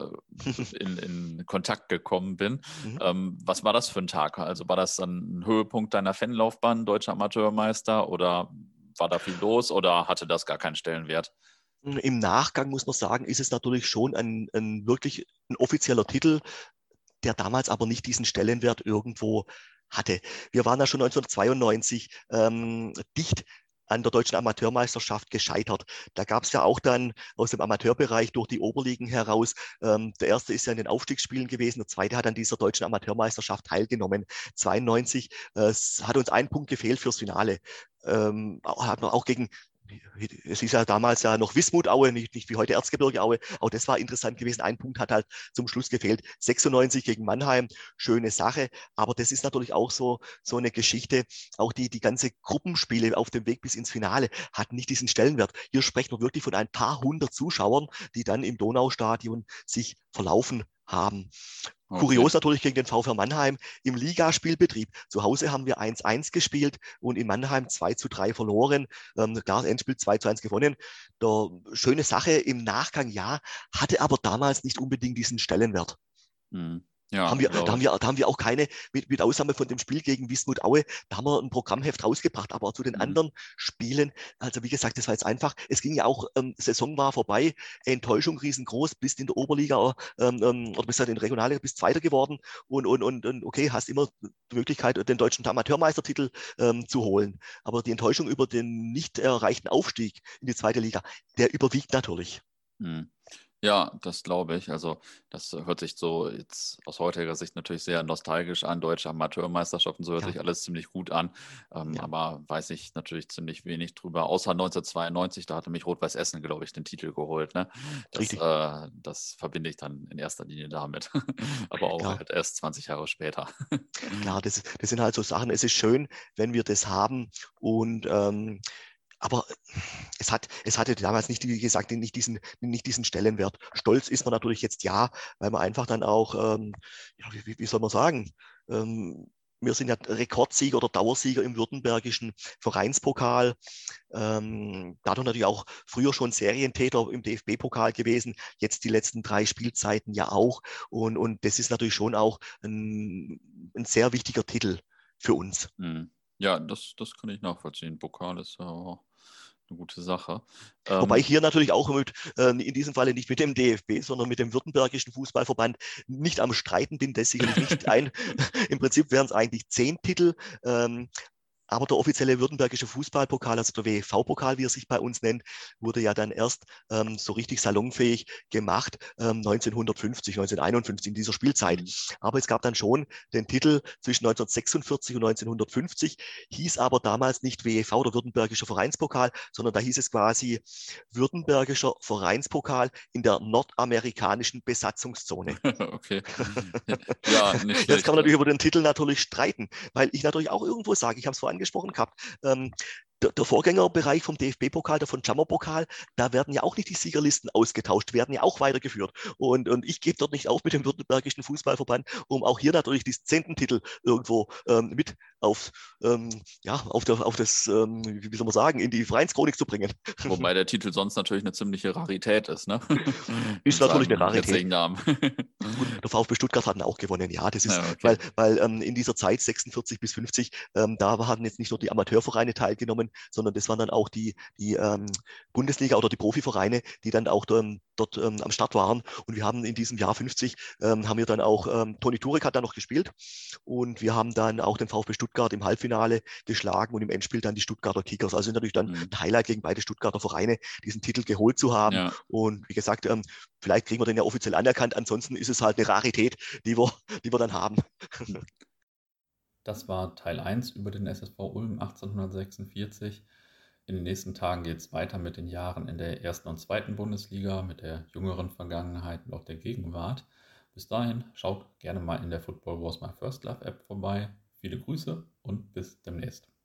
in Kontakt gekommen bin. Was war das für ein Tag? Also war das dann ein Höhepunkt deiner Fanlaufbahn, deutscher Amateurmeister, oder war da viel los oder hatte das gar keinen Stellenwert? Im Nachgang muss man sagen, ist es natürlich schon wirklich ein offizieller Titel, der damals aber nicht diesen Stellenwert irgendwo hatte. Wir waren ja schon 1992 dicht an der deutschen Amateurmeisterschaft gescheitert. Da gab es ja auch dann aus dem Amateurbereich durch die Oberligen heraus, der erste ist ja in den Aufstiegsspielen gewesen, der zweite hat an dieser deutschen Amateurmeisterschaft teilgenommen. 92 hat uns ein Punkt gefehlt fürs Finale. Hat man auch gegen, es ist ja damals ja noch Wismut Aue, nicht wie heute Erzgebirge Aue. Auch das war interessant gewesen. Ein Punkt hat halt zum Schluss gefehlt. 96 gegen Mannheim, schöne Sache. Aber das ist natürlich auch so eine Geschichte. Auch die ganze Gruppenspiele auf dem Weg bis ins Finale hatten nicht diesen Stellenwert. Hier sprechen wir wirklich von ein paar hundert Zuschauern, die dann im Donaustadion sich verlaufen haben. Okay. Kurios natürlich gegen den VfR Mannheim im Ligaspielbetrieb. Zu Hause haben wir 1-1 gespielt und in Mannheim 2-3 verloren. Klar, Endspiel 2-1 gewonnen. Schöne Sache im Nachgang, ja, hatte aber damals nicht unbedingt diesen Stellenwert. Ja, da haben wir auch keine, mit Ausnahme von dem Spiel gegen Wismut Aue, da haben wir ein Programmheft rausgebracht, aber zu den anderen Spielen, also wie gesagt, das war jetzt einfach, es ging ja auch, Saison war vorbei, Enttäuschung riesengroß, bist in der Oberliga oder bist halt in der Regionalliga, bist Zweiter geworden und okay, hast immer die Möglichkeit, den deutschen Amateurmeistertitel zu holen, aber die Enttäuschung über den nicht erreichten Aufstieg in die zweite Liga, der überwiegt natürlich. Ja, das glaube ich. Also das hört sich so jetzt aus heutiger Sicht natürlich sehr nostalgisch an, deutsche Amateurmeisterschaften, so hört sich alles ziemlich gut an, aber weiß ich natürlich ziemlich wenig drüber, außer 1992, da hatte mich Rot-Weiß Essen, glaube ich, den Titel geholt. Ne? Das verbinde ich dann in erster Linie damit, aber auch halt erst 20 Jahre später. Klar, das sind halt so Sachen, es ist schön, wenn wir das haben und aber es hatte damals nicht, wie gesagt, nicht diesen Stellenwert. Stolz ist man natürlich jetzt weil man einfach dann auch, wie soll man sagen, wir sind ja Rekordsieger oder Dauersieger im württembergischen Vereinspokal. Dadurch natürlich auch früher schon Serientäter im DFB-Pokal gewesen, jetzt die letzten 3 Spielzeiten ja auch. Und das ist natürlich schon auch ein sehr wichtiger Titel für uns. Ja, das kann ich nachvollziehen. Pokal ist ja auch eine gute Sache. Wobei ich hier natürlich auch in diesem Falle nicht mit dem DFB, sondern mit dem Württembergischen Fußballverband nicht am Streiten bin, das sicherlich nicht ein. Im Prinzip wären es eigentlich 10 Titel. Aber der offizielle württembergische Fußballpokal, also der WFV-Pokal, wie er sich bei uns nennt, wurde ja dann erst so richtig salonfähig gemacht 1950, 1951 in dieser Spielzeit. Aber es gab dann schon den Titel zwischen 1946 und 1950, hieß aber damals nicht WFV, der Württembergische Vereinspokal, sondern da hieß es quasi Württembergischer Vereinspokal in der nordamerikanischen Besatzungszone. Okay. Ja, nicht Jetzt kann schlecht. man natürlich über den Titel natürlich streiten, weil ich natürlich auch irgendwo sage, ich habe es vorhin angesprochen gehabt, der Vorgängerbereich vom DFB-Pokal, der von Jammer-Pokal, da werden ja auch nicht die Siegerlisten ausgetauscht, werden ja auch weitergeführt. Und ich gebe dort nicht auf mit dem Württembergischen Fußballverband, um auch hier natürlich diesen 10. Titel irgendwo mit auf, auf das, wie soll man sagen, in die Vereinschronik zu bringen. Wobei der Titel sonst natürlich eine ziemliche Rarität ist, ne? Ist Mit natürlich eine seinem Rarität. jetzigen Namen. Gut, der VfB Stuttgart hat ihn auch gewonnen, ja, das ist, Ja, okay. weil in dieser Zeit 46 bis 50, da hatten jetzt nicht nur die Amateurvereine teilgenommen, sondern das waren dann auch die Bundesliga oder die Profivereine, die dann auch dort am Start waren. Und wir haben in diesem Jahr 50, haben wir dann auch, Toni Turek hat da noch gespielt und wir haben dann auch den VfB Stuttgart im Halbfinale geschlagen und im Endspiel dann die Stuttgarter Kickers. Also natürlich dann ein Highlight gegen beide Stuttgarter Vereine, diesen Titel geholt zu haben. Ja. Und wie gesagt, vielleicht kriegen wir den ja offiziell anerkannt, ansonsten ist es halt eine Rarität, die wir dann haben. Das war Teil 1 über den SSV Ulm 1846. In den nächsten Tagen geht es weiter mit den Jahren in der 1. und 2. Bundesliga, mit der jüngeren Vergangenheit und auch der Gegenwart. Bis dahin schaut gerne mal in der Football Was My First Love App vorbei. Viele Grüße und bis demnächst.